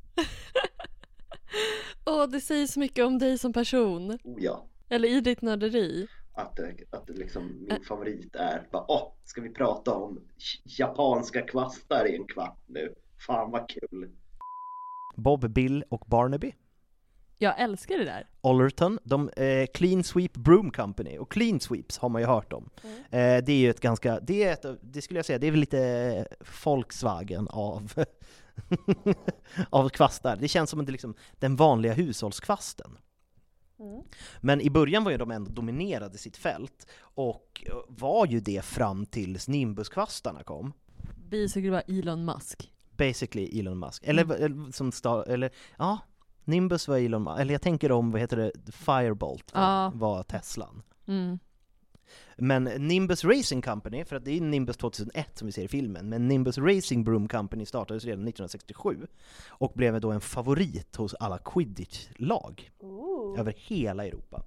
Åh, det säger så mycket om dig som person. Oh ja. Eller i ditt nörderi. Att, att liksom min favorit är bara, åh, ska vi prata om japanska kvastar i en kvart nu? Fan vad kul. Bob, Bill och Barnaby. Jag älskar det där. Ollerton, de eh, Clean Sweep Broom Company, och Clean Sweeps har man ju hört om. Mm. Eh, det är ju ett ganska, det är ett, det skulle jag säga, det är väl lite Volkswagen av av kvastar. Det känns som en, liksom, den vanliga hushållskvasten. Mm. Men i början var ju de ändå dominerade sitt fält, och var ju det fram tills Nimbuskvastarna kom. Basically var Elon Musk. Basically Elon Musk. Eller, Mm. eller som sta, eller ja, Nimbus var Elon Musk. Eller jag tänker om, vad heter det, Firebolt var, Ja. var Teslan. Mm. Men Nimbus Racing Company, för att det är Nimbus tjugohundraett som vi ser i filmen, men Nimbus Racing Broom Company startades redan nittonhundrasextiosju och blev då en favorit hos alla Quidditch-lag Ooh. över hela Europa.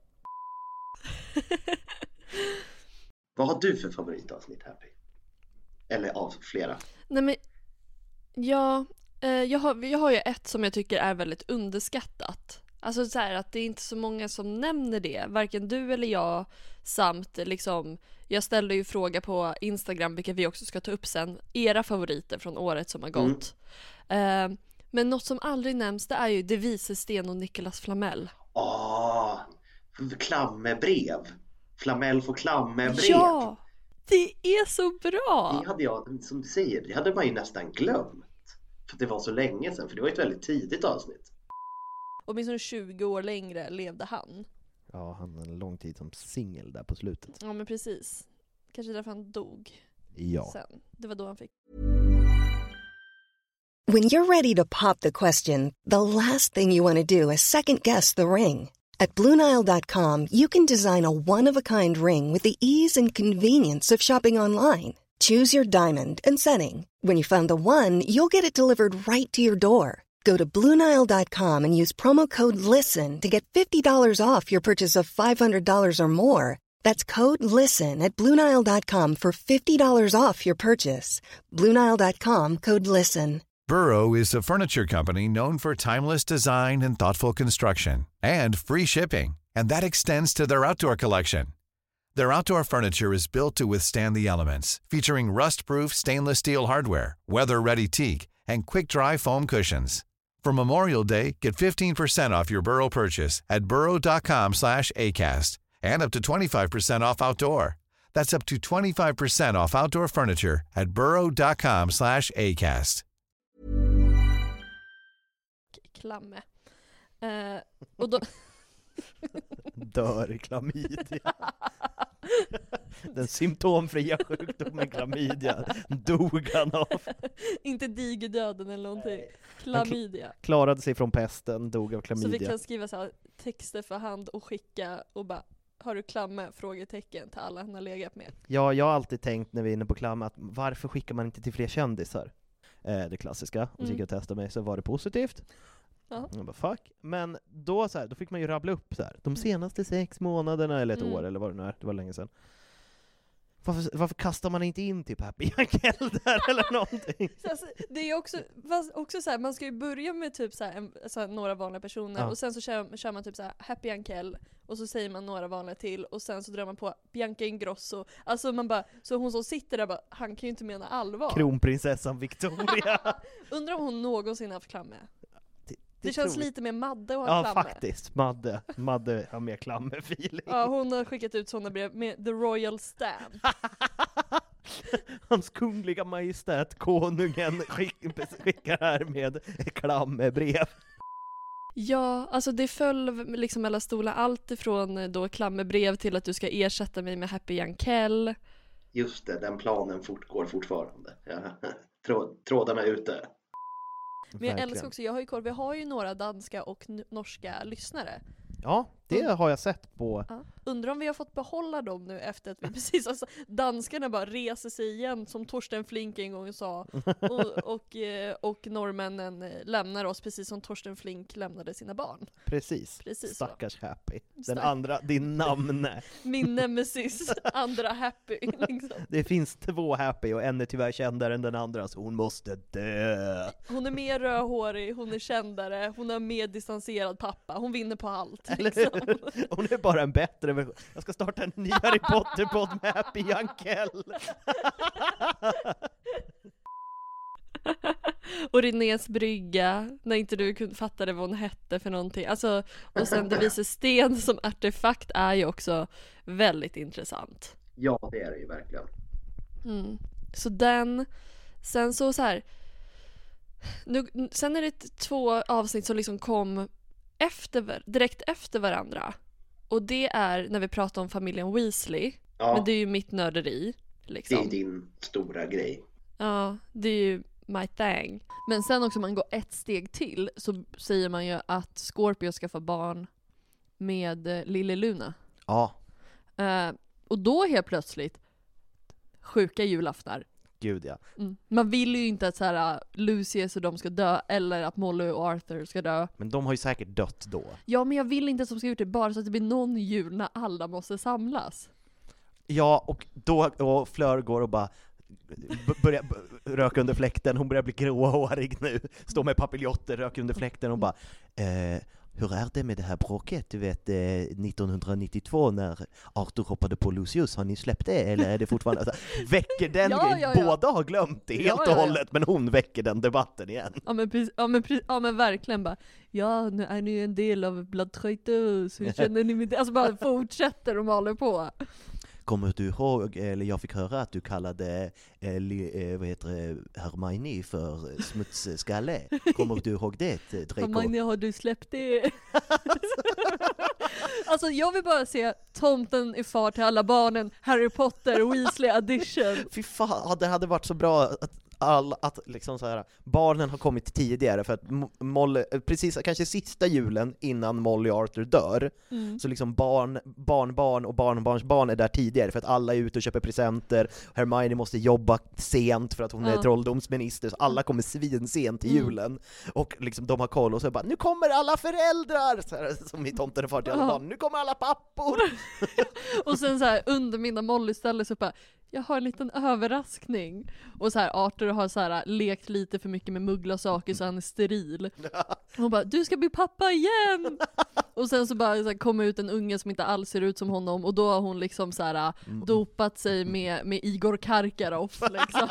Vad har du för favoritavsnitt, Happy? Eller av flera? Nej, men ja, eh, jag, har, jag har ju ett som jag tycker är väldigt underskattat. Alltså så här, att det är inte så många som nämner det, varken du eller jag, samt liksom, jag ställde ju fråga på Instagram, vilka vi också ska ta upp sen, era favoriter från året som har gått. Mm. Eh, men något som aldrig nämns, det är ju De Vises Sten och Nicolas Flamel. Åh, klammebrev. Flamel får klammebrev. Ja, det är så bra! Det hade jag, som du säger, det hade man ju nästan glömt. För det var så länge sedan, för det var ett väldigt tidigt avsnitt. Åtminstone tjugo år längre levde han. Ja, han hade en lång tid som singel där på slutet. Ja, men precis. Kanske därför han dog. Ja. Sen. Det var då han fick. When you're ready to pop the question, the last thing you want to do is second guess the ring. At Blue Nile dot com, you can design a one-of-a-kind ring with the ease and convenience of shopping online. Choose your diamond and setting. When you find the one, you'll get it delivered right to your door. Go to Blue Nile dot com and use promo code LISTEN to get fifty dollars off your purchase of five hundred dollars or more. That's code LISTEN at Blue Nile dot com for fifty dollars off your purchase. Blue Nile dot com, code LISTEN. Burrow is a furniture company known for timeless design and thoughtful construction, and free shipping, and that extends to their outdoor collection. Their outdoor furniture is built to withstand the elements, featuring rust-proof stainless steel hardware, weather-ready teak, and quick-dry foam cushions. For Memorial Day, get fifteen percent off your Burrow purchase at burrow dot com slash acast, and up to twenty-five percent off outdoor. That's up to twenty-five percent off outdoor furniture at burrow dot com slash acast. Klamme. Eh, och då... Dör i klamydia. Den symptomfria sjukdomen klamydia dog han av. Inte digerdöden eller någonting. Klamydia. Klarade sig från pesten, dog av klamydia. Så vi kan skriva så här texter för hand och skicka och bara, har du klamme? Frågetecken till alla han har legat med. Ja, jag har alltid tänkt när vi är inne på klamme att varför skickar man inte till fler kändisar? Eh, det klassiska. Och så gick jag och testade mig, så var det positivt. Ja. Jag bara, fuck. Men då, så här, då fick man ju rabbla upp så här, de senaste sex månaderna eller ett Mm. år eller vad det nu är, det var länge sedan. Varför, varför kastar man inte in typ Happy Jankell där eller någonting? Så alltså, det är också, fast också så här, man ska ju börja med typ så här, en, alltså, några vanliga personer Ja. och sen så kör, kör man typ så här Happy Jankell och så säger man några vanliga till och sen så drar man på Bianca Ingrosso. Alltså man bara, så hon som sitter där bara, han kan ju inte mena allvar. Kronprinsessan Victoria. Undrar om hon någonsin haft klamme. Det, det känns tror jag. lite mer Madde och Ja, klamme. faktiskt. Madde, Madde har mer klamme-feeling. Ja, hon har skickat ut sådana brev med The Royal Stamp. Hans kungliga majestät, konungen, skick, skickar här med klammebrev. Ja, alltså det föll liksom mellan stolar, allt ifrån då klammebrev till att du ska ersätta mig med Happy Jankell. Just det, den planen fortgår fortfarande. Ja, trå, trådarna är ute. Men jag älskar också, jag har ju koll, vi har ju några danska och n- norska lyssnare. Ja, det har jag sett på. Ja. Undrar om vi har fått behålla dem nu efter att vi precis, alltså danskarna bara reser sig igen som Torsten Flink en gång sa och, och, och norrmännen lämnar oss precis som Torsten Flink lämnade sina barn. Precis, precis stackars så. Happy. Den Stack. andra, din namn. Min nemesis, andra Happy. Liksom. Det finns två Happy och en är tyvärr kändare än den andra, så hon måste dö. Hon är mer rödhårig, hon är kändare, hon har mer distanserad pappa, hon vinner på allt. Eller Liksom. hur? Hon är bara en bättre version. Jag ska starta en ny Harry Potter-podd med Happy Jankell. Och Renés brygga, när inte du kunde fatta vad hon hette för någonting. Alltså, och sen det visar sten som artefakt är ju också väldigt intressant. Ja, det är det ju verkligen. Mm. Så den, sen så så här, nu, sen är det två avsnitt som liksom kom efter, direkt efter varandra. Och det är när vi pratar om familjen Weasley. Ja. Men det är ju mitt nörderi. Liksom. Det är din stora grej. Ja, det är ju my thing. Men sen också om man går ett steg till så säger man ju att Scorpio ska få barn med eh, Lille Luna. Ja. Eh, och då helt plötsligt sjuka julaftnar. Gud ja. Mm. Man vill ju inte att så här, Lucius och de ska dö eller att Molly och Arthur ska dö. Men de har ju säkert dött då. Ja, men jag vill inte att de ska gjort det bara så att det blir någon jul när alla måste samlas. Ja, och då och Fleur går och bara b- börjar b- röka under fläkten. Hon börjar bli gråhårig nu. Står med papiljotter, röker under fläkten och bara eh, hur är det med det här bråket? Du vet, eh, nittonhundranittiotvå när Arthur hoppade på Lucius, har ni släppt det? Eller är det fortfarande... Alltså, väcker den Ja, grejen? ja, ja. Båda har glömt det helt Ja, ja, och ja. hållet, men hon väcker den debatten igen. Ja men, precis, ja, men, precis, ja men verkligen bara, ja nu är ni ju en del av Blood Traitors, hur känner ni med det? Alltså bara fortsätter och maler på. Kommer du ihåg, eller jag fick höra att du kallade eh, li, eh, vad heter det, Hermione för smutsskalle. Kommer du ihåg det, Draco? Hermione, har du släppt det? Alltså jag vill bara se Tomten är far till alla barnen, Harry Potter, Weasley edition. Fy fan, det hade varit så bra att all, att liksom så här, barnen har kommit tidigare för att Molly, precis kanske sista julen innan Molly och Arthur dör, mm. så liksom barn, barnbarn och barnbarns barn är där tidigare för att alla är ute och köper presenter. Hermione måste jobba sent för att hon ja. är trolldomsminister, så alla kommer svinsent till julen mm. och liksom de har koll och så bara, nu kommer alla föräldrar så här, som i Tomten och far till alla ja. barn, nu kommer alla pappor. Och sen så här under mina Molly ställer så bara, jag har en liten överraskning. Och så här Arthur har så här lekt lite för mycket med muggla saker så han är steril. Hon bara, du ska bli pappa igen. Och sen så bara så här, kommer ut en unge som inte alls ser ut som honom. Och då har hon liksom så här dopat sig med, med Igor Karkaroff liksom.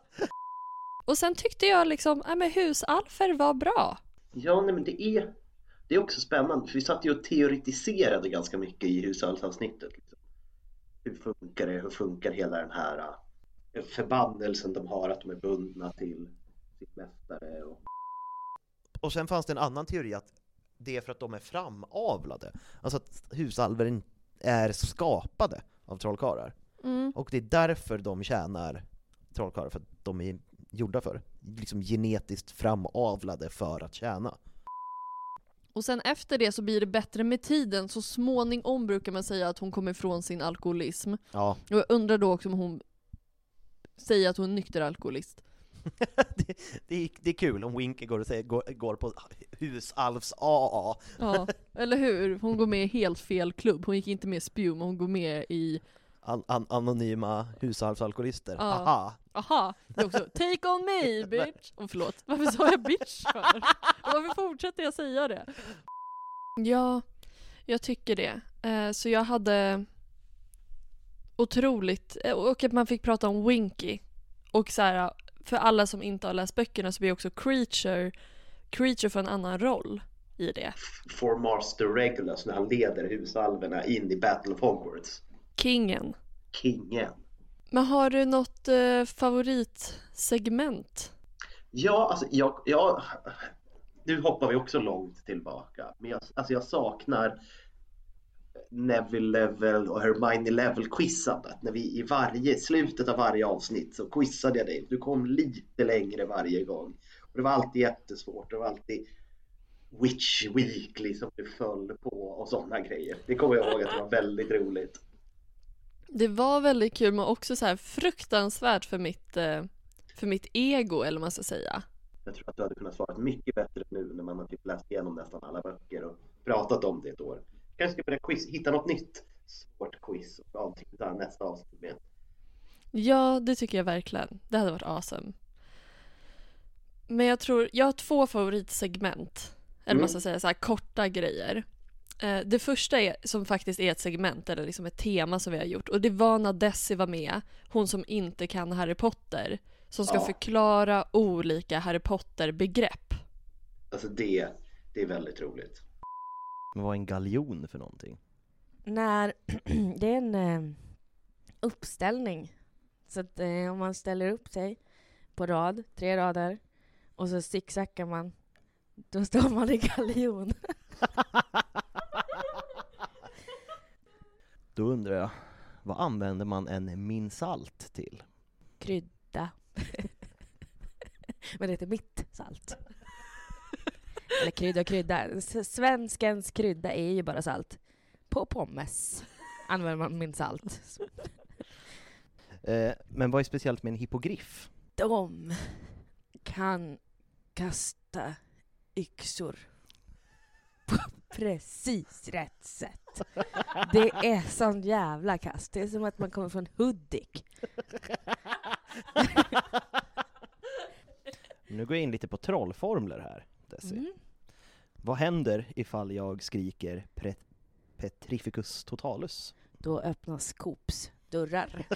Och sen tyckte jag liksom, ja men husalfer var bra. Ja, nej, men det är det är också spännande. För vi satt ju och teoretiserade ganska mycket i husalfavsnittet. Liksom. Hur funkar det? Hur funkar hela den här uh, förbannelsen de har att de är bundna till sitt mästare? Och... och sen fanns det en annan teori att det är för att de är framavlade. Alltså att husalver är skapade av trollkarlar. Mm. Och det är därför de tjänar trollkarlar, för att de är gjorda för. Liksom genetiskt framavlade för att tjäna. Och sen efter det så blir det bättre med tiden. Så småningom brukar man säga att hon kommer ifrån sin alkoholism. Ja. Och jag undrar då också om hon säger att hon är nykter alkoholist. det, det, är, det är kul om Winky går, och säger, går, går på husalvs A A. Ja, eller hur? Hon går med i helt fel klubb. Hon gick inte med i Spew, men hon går med i... An, an, anonyma husalvsalkoholister. Ja. Aha. Aha. Det är också, take on me, bitch. Och oh, förlåt, varför sa jag bitch för? Och varför fortsätter jag säga det? Ja, jag tycker det. Eh, så jag hade otroligt... Och att man fick prata om Winky. Och så här, för alla som inte har läst böckerna så blir också Creature, Creature för en annan roll i det. For Master Regulus när han leder husalverna in i Battle of Hogwarts. Kingen. Kingen. Men har du något eh, favoritsegment? Ja, alltså jag, jag... Nu hoppar vi också långt tillbaka. Men jag, alltså jag saknar Neville Level och Hermione Level quizandet. När vi i varje, slutet av varje avsnitt så quizade jag dig. Du kom lite längre varje gång. Och det var alltid jättesvårt. Det var alltid Witch Weekly som du föll på och sådana grejer. Det kommer jag ihåg att det var väldigt roligt. Det var väldigt kul, men också så här fruktansvärt för mitt, för mitt ego, eller vad man ska säga. Jag tror att du hade kunnat svara mycket bättre nu när man har typ läst igenom nästan alla böcker och pratat om det ett år. Kanske ska börja quiz, hitta något nytt svårt quiz och avsluta nästa avsnitt med. Ja, det tycker jag verkligen. Det hade varit awesome. Men jag tror, jag har två favoritsegment. Eller mm. man ska säga så här korta grejer. Det första är, som faktiskt är ett segment eller liksom ett tema som vi har gjort, och det var när Desi var med, hon som inte kan Harry Potter, som ska ja. förklara olika Harry Potter-begrepp. Alltså det, det är väldigt roligt. Men vad är en galjon för någonting? När det är en eh, uppställning. Så att eh, om man ställer upp sig på rad, tre rader, och så zigzaggar man, då står man i galjon. Då undrar jag, vad använder man en minsalt till? Krydda. Men det heter mitt salt. Eller krydda och krydda. Svenskens krydda är ju bara salt. På pommes använder man minsalt. eh, Men vad är speciellt med en hippogriff? De kan kasta yxor på precis rätt sätt. Det är sån jävla kast. Det är som att man kommer från Hudik. Nu går jag in lite på trollformler här, Desi. Mm. Vad händer ifall jag skriker pre- Petrificus totalus? Då öppnas Coops dörrar.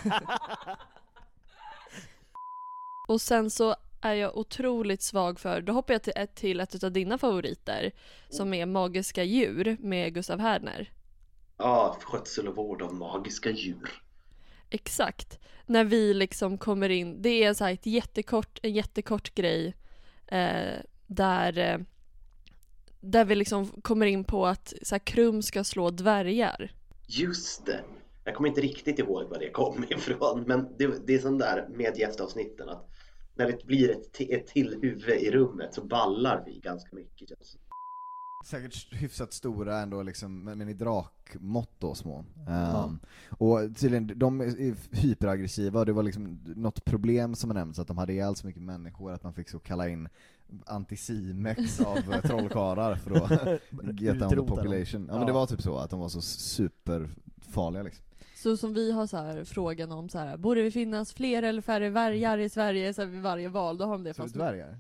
Och sen så är jag otroligt svag för, då hoppar jag till ett, till ett av dina favoriter, som är magiska djur med Gustav Härner. Ja, skötsel och vård av magiska djur. Exakt. När vi liksom kommer in, det är så här ett jättekort, en jättekort grej eh, där, eh, där vi liksom kommer in på att så här, Krum ska slå dvärgar. Just det. Jag kommer inte riktigt ihåg var det kom ifrån, men det, det är sån där med gästavsnitten att när det blir ett, t- ett till huvud i rummet så ballar vi ganska mycket. Känns. Säkert hyfsat stora ändå liksom, men men i drakmått då små. Ja. Um, och tydligen, de är hyperaggressiva och det var liksom något problem som har nämnts att de hade ihjäl så mycket människor att man fick så kalla in antisimex av trollkarlar för att get down the population. Ja, ja, men det var typ så att de var så superfarliga liksom. Så som vi har så här frågan om så här, borde det finnas fler eller färre vargar i Sverige så här, vid varje val, då har de det Så fast dvärgar?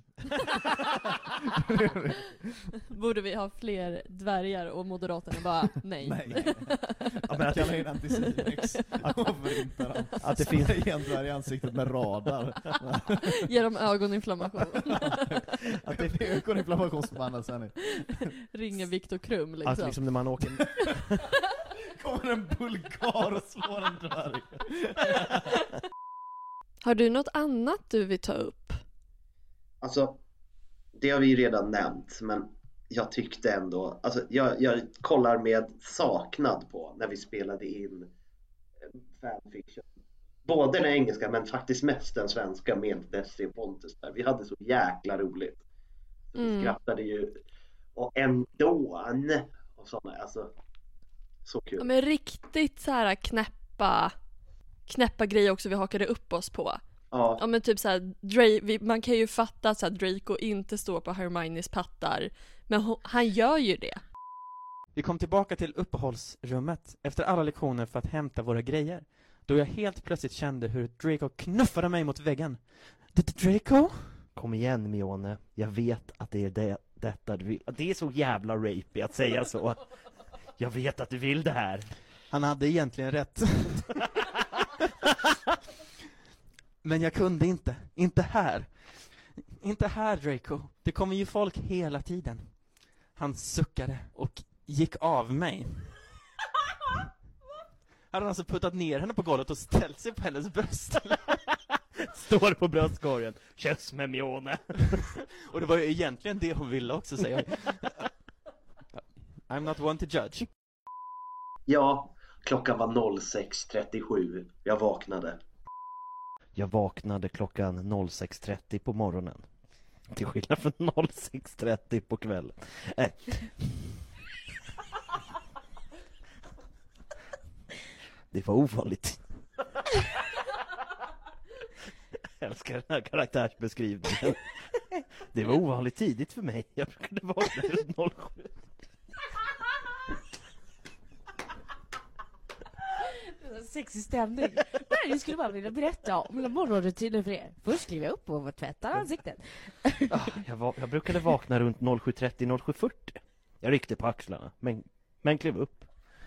borde vi ha fler dvärgar och Moderaterna bara nej. Nej. Ja, men att kalla in antisimex och förinta dem. Att det finns en dvärg i ansiktet med radar. Ge dem ögoninflammation. Att det är ögoninflammation som behandlas här nu. Ringer Viktor Krum liksom. Att liksom när man åker... kommer en bulgar och slår en dvärg. Har du något annat du vill ta upp? Alltså, det har vi ju redan nämnt, men jag tyckte ändå, alltså jag, jag kollar med saknad på när vi spelade in fanfiction. Både den engelska men faktiskt mest den svenska med Desi och Pontus där. Vi hade så jäkla roligt. Så vi Mm. skrattade ju och ändå och sådana, alltså så kul. Ja, men riktigt så här knäppa knäppa grejer också vi hakade upp oss på. Ja. Ja men typ så här, Dra- vi, man kan ju fatta att så här, Draco inte står på Hermiones pattar, men ho- han gör ju det. Vi kom tillbaka till uppehållsrummet efter alla lektioner för att hämta våra grejer. Då jag helt plötsligt kände hur Draco knuffade mig mot väggen. Det Draco? Kom igen, Mione. Jag vet att det är det, detta du vill. Det är så jävla rapey att säga så. Jag vet att du vill det här. Han hade egentligen rätt. Men jag kunde inte. Inte här. Inte här, Draco. Det kommer ju folk hela tiden. Han suckade och gick av mig. Hade han alltså puttat ner henne på golvet och ställt sig på hennes bröst. Står på bröstkorgen. Kyss med Mione. Och det var ju egentligen det hon ville också säga. I'm not one to judge. Ja, klockan var noll sex trettiosju. Jag vaknade. Jag vaknade klockan noll sex trettio på morgonen. Till skillnad från noll sex trettio på kvällen. Äh. Det var ovanligt. Jag älskar den här karaktärsbeskrivningen. Det var ovanligt tidigt för mig. Jag brukade vakna runt noll sju. Sexig stämning. Nej, jag skulle bara vilja berätta om mina morgonrutiner för er. Först skriver jag upp och tvättar ansiktet. Ah, jag, var, jag brukade vakna runt noll sju trettio noll sju fyrtio. Jag ryckte på axlarna, men, men klev upp.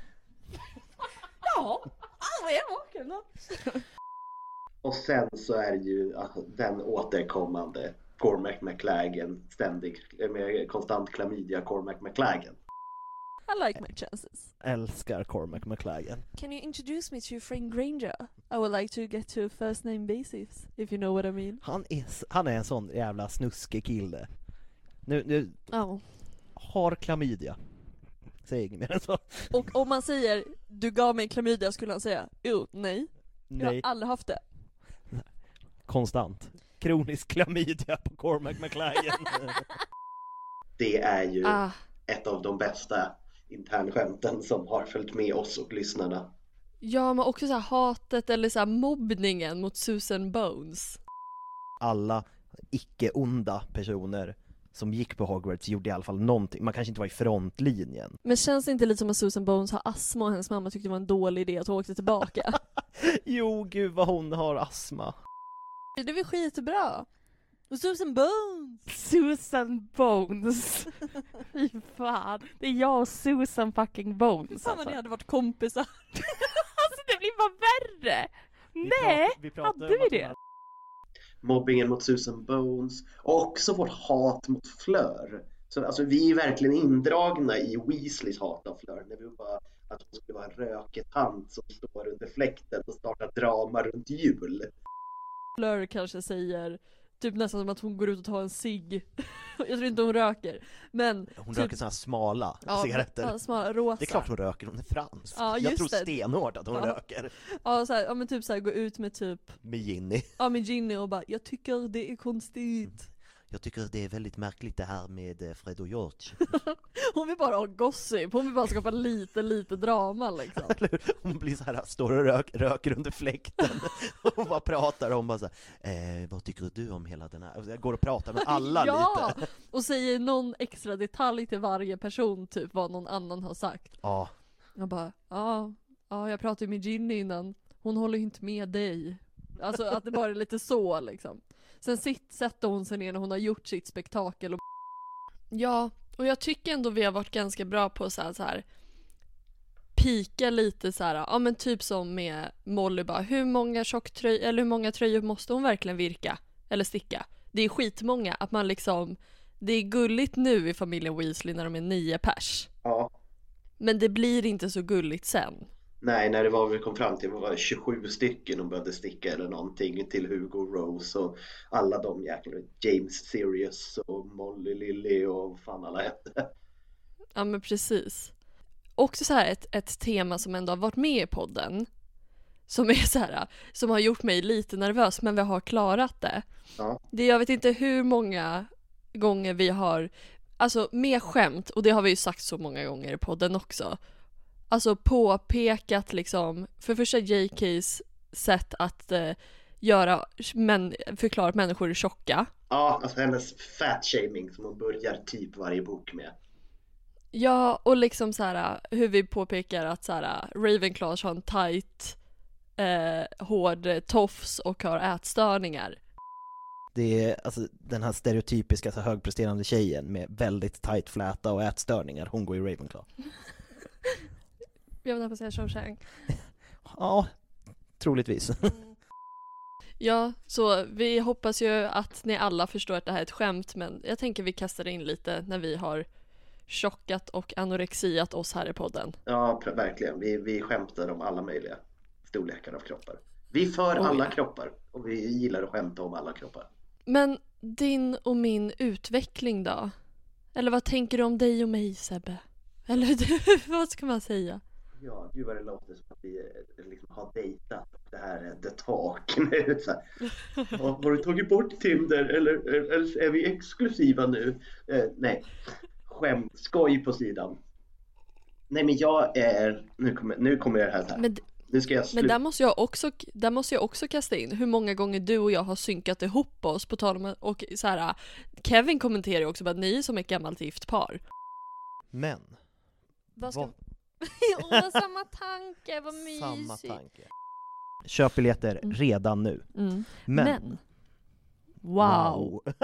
Ja, vad är vaken då? Och sen så är det ju alltså, den återkommande Cormac McLagan, ständig med konstant klamydia Cormac McLagan. I like my chances. Älskar Cormac McLagan. Can you introduce me to your friend Granger? I would like to get to a first name basis, if you know what I mean. Han är, han är en sån jävla snuskig kille. Nu, nu Oh. har klamydia. Säg inget mer än så. Och om man säger, du gav mig klamydia, skulle han säga, jo, nej. Jag har Nej, aldrig haft det. konstant. Kronisk klamydia på Cormac McLagan. Det är ju Ah. ett av de bästa internskämten som har följt med oss och lyssnarna. Ja, men också så här hatet eller så här mobbningen mot Susan Bones. Alla icke-onda personer som gick på Hogwarts gjorde i alla fall någonting. Man kanske inte var i frontlinjen. Men känns det inte lite som att Susan Bones har astma och hennes mamma tyckte det var en dålig idé att hon åkte tillbaka? Jo, gud vad hon har astma. Det var skitbra. Och Susan Bones! Susan Bones. Fy fan. Det är jag och Susan fucking Bones. Fan vad Alltså, ni hade varit kompisar. alltså det blir bara värre. Nej, Vi pratar hade om vi att det? hon Mobbingen mot Susan Bones och också vårt hat mot Fleur. Så, alltså, vi är verkligen indragna i Weasleys hat av Fleur när vi bara att hon skulle vara en röketant som står under fläkten och startar drama runt jul. Fleur kanske säger typ nästan som att hon går ut och tar en cigg. Jag tror inte hon röker. Men hon typ, röker såna här smala ja, cigaretter. Ja, smala, rosa. Det är klart hon röker, hon är fransk. Ja, jag just tror det. stenhårt att hon ja. röker. Ja, så här, ja men typ så här, gå ut med typ med Ginny. Ja, med Ginny och bara, jag tycker det är konstigt. Jag tycker det är väldigt märkligt det här med Fred och George. Hon vill bara ha gossip, hon vill bara skapa lite, lite drama liksom. Hon blir så här, står och rök, röker under fläkten och bara pratar om bara så här, eh, vad tycker du om hela den här? Jag går och pratar med alla ja, lite. Och säger någon extra detalj till varje person, typ vad någon annan har sagt. Ja. Jag bara, ja, ja jag pratade med Ginny innan, hon håller inte med dig. Alltså att det bara är lite så liksom. Sen sitt, sätter hon sig ner när hon har gjort sitt spektakel och ja, och jag tycker ändå vi har varit ganska bra på så här, så här pika lite så här, ja men typ som med Molly bara, hur många tjocktröjor eller hur många tröjor måste hon verkligen virka eller sticka? Det är skitmånga, att man liksom, det är gulligt nu i familjen Weasley när de är nio pers. Ja. Men det blir inte så gulligt sen. Nej, när det var vi kom fram till var tjugosju stycken och började sticka eller någonting till Hugo Rose och alla de jäkla James Sirius och Molly Lily och fan alla hette. Ja men precis. Också så här ett, ett tema som ändå har varit med i podden som är så här, som har gjort mig lite nervös, men vi har klarat det. Ja. Det jag vet inte hur många gånger vi har, alltså med skämt, och det har vi ju sagt så många gånger i podden också. Alltså påpekat liksom, för första J K:s sätt att eh, göra, men, förklara att människor är tjocka. Ja, alltså hennes fat shaming som hon börjar typ varje bok med. Ja, och liksom så här hur vi påpekar att så här Ravenclaw har en tight, eh, hård tofs och har ätstörningar. Det är alltså den här stereotypiska så högpresterande tjejen med väldigt tight fläta och ätstörningar, hon går i Ravenclaw. Jag vill nästan säga Shawshank. Ja, troligtvis. Ja, så vi hoppas ju att ni alla förstår att det här är ett skämt, men jag tänker vi kastar in lite när vi har tjockat och anorexiat oss här i podden. Ja, verkligen. Vi, vi skämtar om alla möjliga storlekar av kroppar. Vi för oh, alla ja. kroppar och vi gillar att skämta om alla kroppar. Men din och min utveckling då? Eller vad tänker du om dig och mig, Sebbe? Eller vad ska man säga? Ja, gud vad det låter som att vi liksom har dejtat. Det här är the talk nu. Så här. Har du tagit bort Tinder eller, eller är vi exklusiva nu? Eh, nej, skämt, skoj på sidan. Nej men jag är, nu kommer, nu kommer jag här. här. Men, nu ska jag men där, måste jag också, där måste jag också kasta in hur många gånger du och jag har synkat ihop oss på tal om, och så här, Kevin kommenterar ju också att ni är som ett gammalt gift par. Men vad ska... vad... Åh, samma tanke, vad mysigt. Samma tanke. Köp biljetter mm. redan nu. Mm. Men, Men. Wow. wow.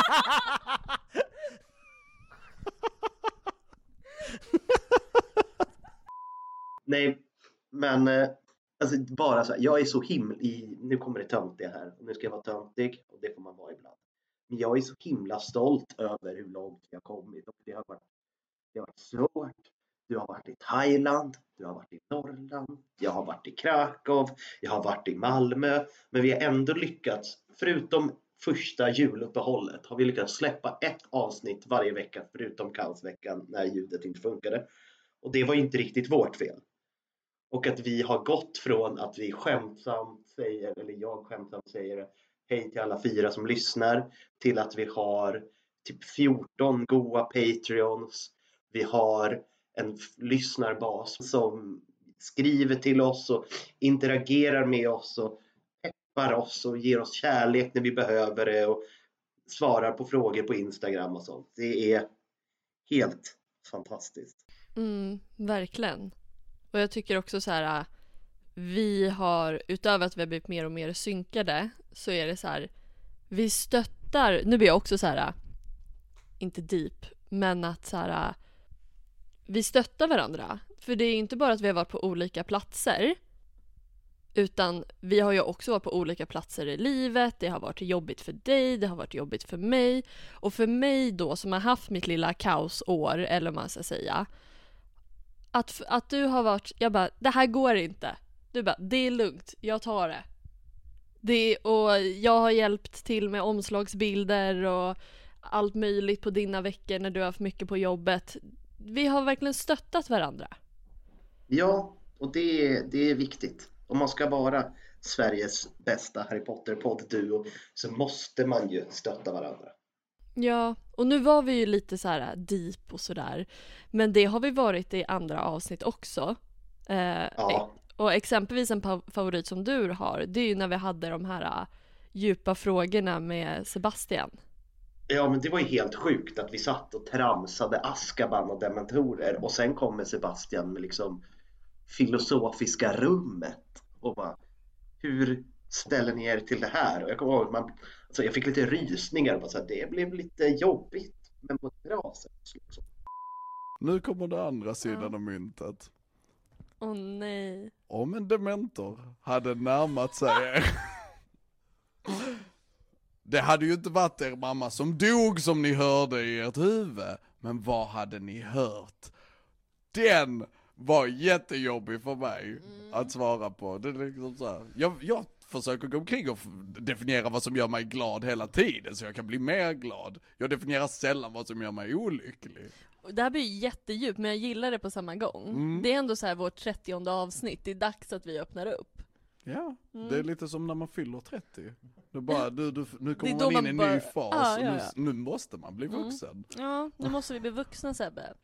Nej, men alltså bara så här, jag är så himla i, nu kommer det töntiga här, nu ska jag vara töntig och det får man vara ibland. Men jag är så himla stolt över hur långt jag har kommit och det har varit, det har varit svårt. Du har varit i Thailand, du har varit i Norrland, jag har varit i Krakow, jag har varit i Malmö. Men vi har ändå lyckats, förutom första juluppehållet, har vi lyckats släppa ett avsnitt varje vecka förutom kaosveckan när ljudet inte funkade. Och det var inte riktigt vårt fel. Och att vi har gått från att vi skämtsamt säger, eller jag skämtsamt säger hej till alla fyra som lyssnar, till att vi har typ fjorton goa Patreons. Vi har en lyssnarbas som skriver till oss och interagerar med oss och peppar oss och ger oss kärlek när vi behöver det och svarar på frågor på Instagram och sånt. Det är helt fantastiskt. Mm, verkligen. Och jag tycker också så här, vi har, utöver att vi har blivit mer och mer synkade, så är det så här, vi stöttar, nu blir jag också så här, inte deep, men att så här, vi stöttar varandra. För det är inte bara att vi har varit på olika platser, utan vi har ju också varit på olika platser i livet. Det har varit jobbigt för dig, det har varit jobbigt för mig. Och för mig då, som har haft mitt lilla kaosår, eller vad man ska säga, att, att du har varit, jag bara, det här går inte. Du bara, det är lugnt, jag tar det. Det, och jag har hjälpt till med omslagsbilder och allt möjligt på dina veckor när du har haft mycket på jobbet. Vi har verkligen stöttat varandra. Ja, och det är, det är viktigt. Om man ska vara Sveriges bästa Harry Potter-podd-duo så måste man ju stötta varandra. Ja, och nu var vi ju lite så här deep och sådär. Men det har vi varit i andra avsnitt också. Eh, Ja. Och exempelvis en pa- favorit som du har, det är ju när vi hade de här uh, djupa frågorna med Sebastian. Ja, men det var ju helt sjukt att vi satt och tramsade Azkaban och dementorer och sen kommer Sebastian med liksom filosofiska rummet och bara, hur ställer ni er till det här? Och jag kommer ihåg, man, alltså jag fick lite rysningar och bara så här, det blev lite jobbigt men på ett bra sätt. Liksom. Nu kommer det andra sidan av myntet. Åh oh, nej. Om en dementor hade närmat sig er. Det hade ju inte varit er mamma som dog som ni hörde i ert huvud. Men vad hade ni hört? Den var jättejobbig för mig mm. att svara på. Det är liksom så här. Jag, jag försöker gå omkring och definiera vad som gör mig glad hela tiden. Så jag kan bli mer glad. Jag definierar sällan vad som gör mig olycklig. Det här blir ju jättedjupt, men jag gillar det på samma gång. Mm. Det är ändå så här vårt trettionde avsnitt. Det är dags att vi öppnar upp. Ja, Mm. det är lite som när man fyller trettio. Det bara, du, du, nu kommer man man in i en bara... ny fas. Ah, ja, ja. Nu, nu måste man bli vuxen. Mm. Ja, nu måste vi bli vuxna, Sebbe.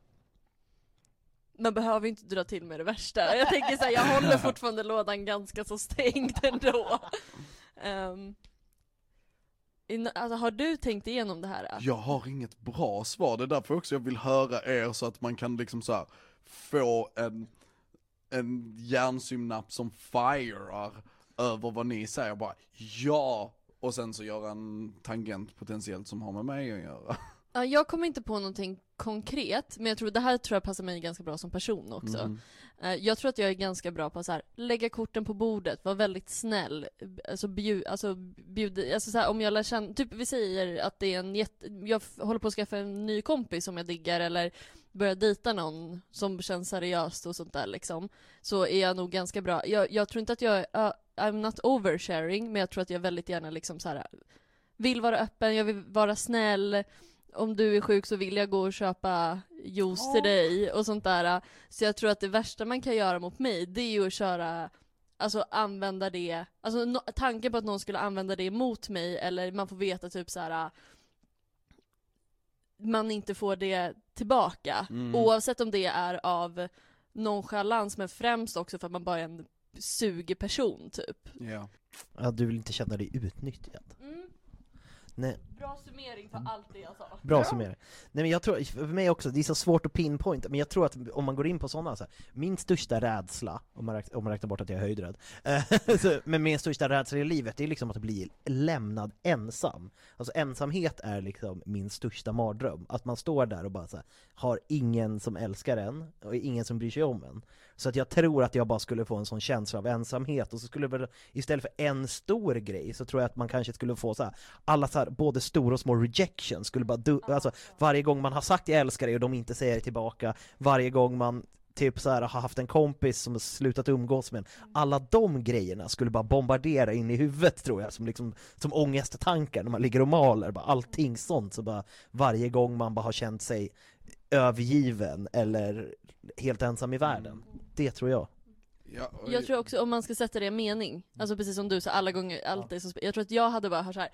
Man behöver inte dra till med det värsta. Jag tänker så här, jag håller fortfarande lådan ganska så stängd ändå. Um, in, alltså, har du tänkt igenom det här? Jag har inget bra svar. Det är därför också jag vill höra er så att man kan liksom så här få en, en hjärnsynap som firar över vad ni säger. Bara ja, och sen så göra en tangent potentiellt som har med mig att göra. Ja, jag kommer inte på någonting konkret, men jag tror det här tror jag passar mig ganska bra som person också. Mm. Uh, jag tror att jag är ganska bra på att så här, lägga korten på bordet, vara väldigt snäll, alltså bjud, alltså bjud, alltså så här, om jag lär känna, typ vi säger att det är en jätte, jag f- håller på att skaffa en ny kompis som jag diggar eller börja dejta någon som känns seriöst och sånt där liksom, så är jag nog ganska bra. Jag, jag tror inte att jag är, uh, I'm not oversharing, men jag tror att jag väldigt gärna liksom så här vill vara öppen, jag vill vara snäll. Om du är sjuk så vill jag gå och köpa juice oh. till dig och sånt där. Så jag tror att det värsta man kan göra mot mig, det är ju att köra, alltså använda det, alltså no, tanken på att någon skulle använda det mot mig, eller man får veta typ så här, man inte får det tillbaka. Mm. Oavsett om det är av nonchalans, men främst också för att man bara är en sugig person typ. Ja. Ja, du vill inte känna dig utnyttjad. Mm. Nej. Bra summering på allt det jag sa. Bra summering. Nej, men jag tror, för mig också, det är så svårt att pinpointa, men jag tror att om man går in på sådana så här, min största rädsla, om man, räknar, om man räknar bort att jag är höjdrädd, så, men min största rädsla i livet, det är liksom att bli lämnad ensam. Alltså ensamhet är liksom min största mardröm. Att man står där och bara så här, har ingen som älskar en och ingen som bryr sig om en. Så att jag tror att jag bara skulle få en sån känsla av ensamhet, och så skulle väl istället för en stor grej så tror jag att man kanske skulle få så här, alla så här, både stora och små rejection skulle bara du- alltså varje gång man har sagt jag älskar dig och de inte säger det tillbaka, varje gång man typ så här har haft en kompis som har slutat umgås med en, alla de grejerna skulle bara bombardera in i huvudet tror jag, som liksom som ångesttankar när man ligger och maler, bara allting sånt, så bara varje gång man bara har känt sig övergiven eller helt ensam i världen. Det tror jag. Ja, och... Jag tror också, om man ska sätta det i mening, alltså precis som du sa, alla gånger, allt är så, jag tror att jag hade bara hört så här.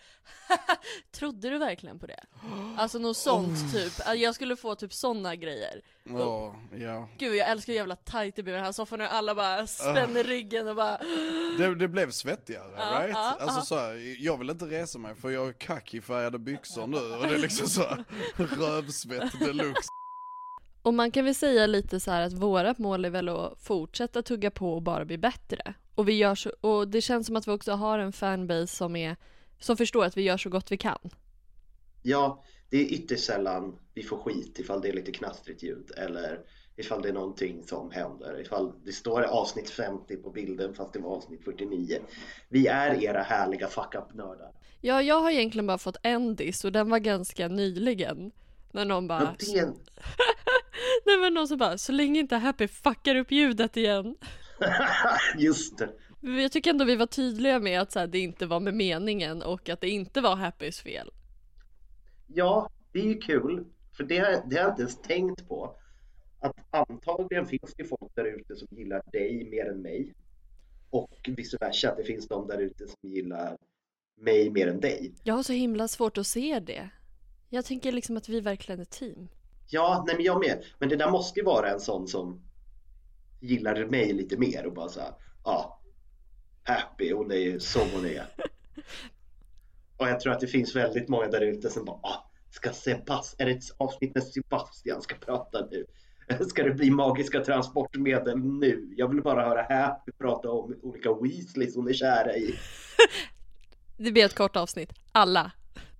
Trodde du verkligen på det? Alltså något sånt oh. typ, jag skulle få typ såna grejer. Oh, ja. Gud, jag älskar jävla tight i den här soffan och alla bara spänner uh. ryggen och bara det, det blev svettigare, uh, right? Uh, alltså uh. så här, jag vill inte resa mig för jag har kaki-färgade byxor nu och det är liksom så här, rövsvett deluxe. Och man kan väl säga lite så här att vårat mål är väl att fortsätta tugga på och bara bli bättre. Och vi gör så, och det känns som att vi också har en fanbase som är som förstår att vi gör så gott vi kan. Ja, det är ytterst sällan vi får skit ifall det är lite knastrigt ljud eller ifall det är någonting som händer. Ifall det står avsnitt femtio på bilden fast det var avsnitt fyrtionio. Vi är era härliga fuck-up-nördar. Ja, jag har egentligen bara fått en diss och den var ganska nyligen. När någon bara... Ja, det... Nej, men någon som bara, så länge inte Happy fuckar upp ljudet igen. Just det. Jag tycker ändå vi var tydliga med att så här, det inte var med meningen och att det inte var Happys fel. Ja, det är ju kul. För det har, det har jag inte ens tänkt på. Att antagligen finns det folk där ute som gillar dig mer än mig. Och vice versa, att det finns de där ute som gillar mig mer än dig. Jag har så himla svårt att se det. Jag tänker liksom att vi verkligen är ett team. Ja, nej men jag med. Men det där måste ju vara en sån som gillar mig lite mer och bara så här, ja, Happy, hon är ju som hon är. Och jag tror att det finns väldigt många där ute som bara, ah, ska Sebastian, är det ett avsnitt när Sebastian ska prata nu? Ska det bli magiska transportmedel nu? Jag vill bara höra Happy prata om olika Weasleys hon är kära i. Det blir ett kort avsnitt. Alla.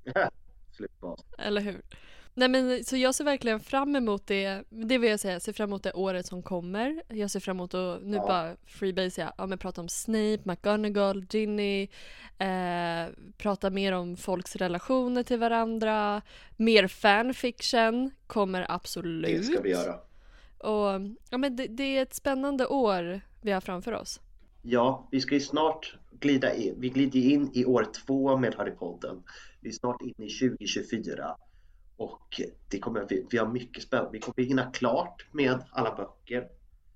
Slut på. Eller hur? Nej men så jag ser verkligen fram emot det. Det vill jag säga, jag ser fram emot det året som kommer. Jag ser fram emot att nu Ja. bara freebase jag. Ja men prata om Snape, McGonagall, Ginny. Eh, prata mer om folks relationer till varandra. Mer fanfiction kommer absolut. Det ska vi göra. Och ja men det, det är ett spännande år vi har framför oss. Ja, vi ska ju snart glida in. Vi glider in i år två med Harry-podden. Vi är snart inne i tjugo tjugofyra. Och det kommer, vi, vi har mycket spännande. Vi kommer hinna klart med alla böcker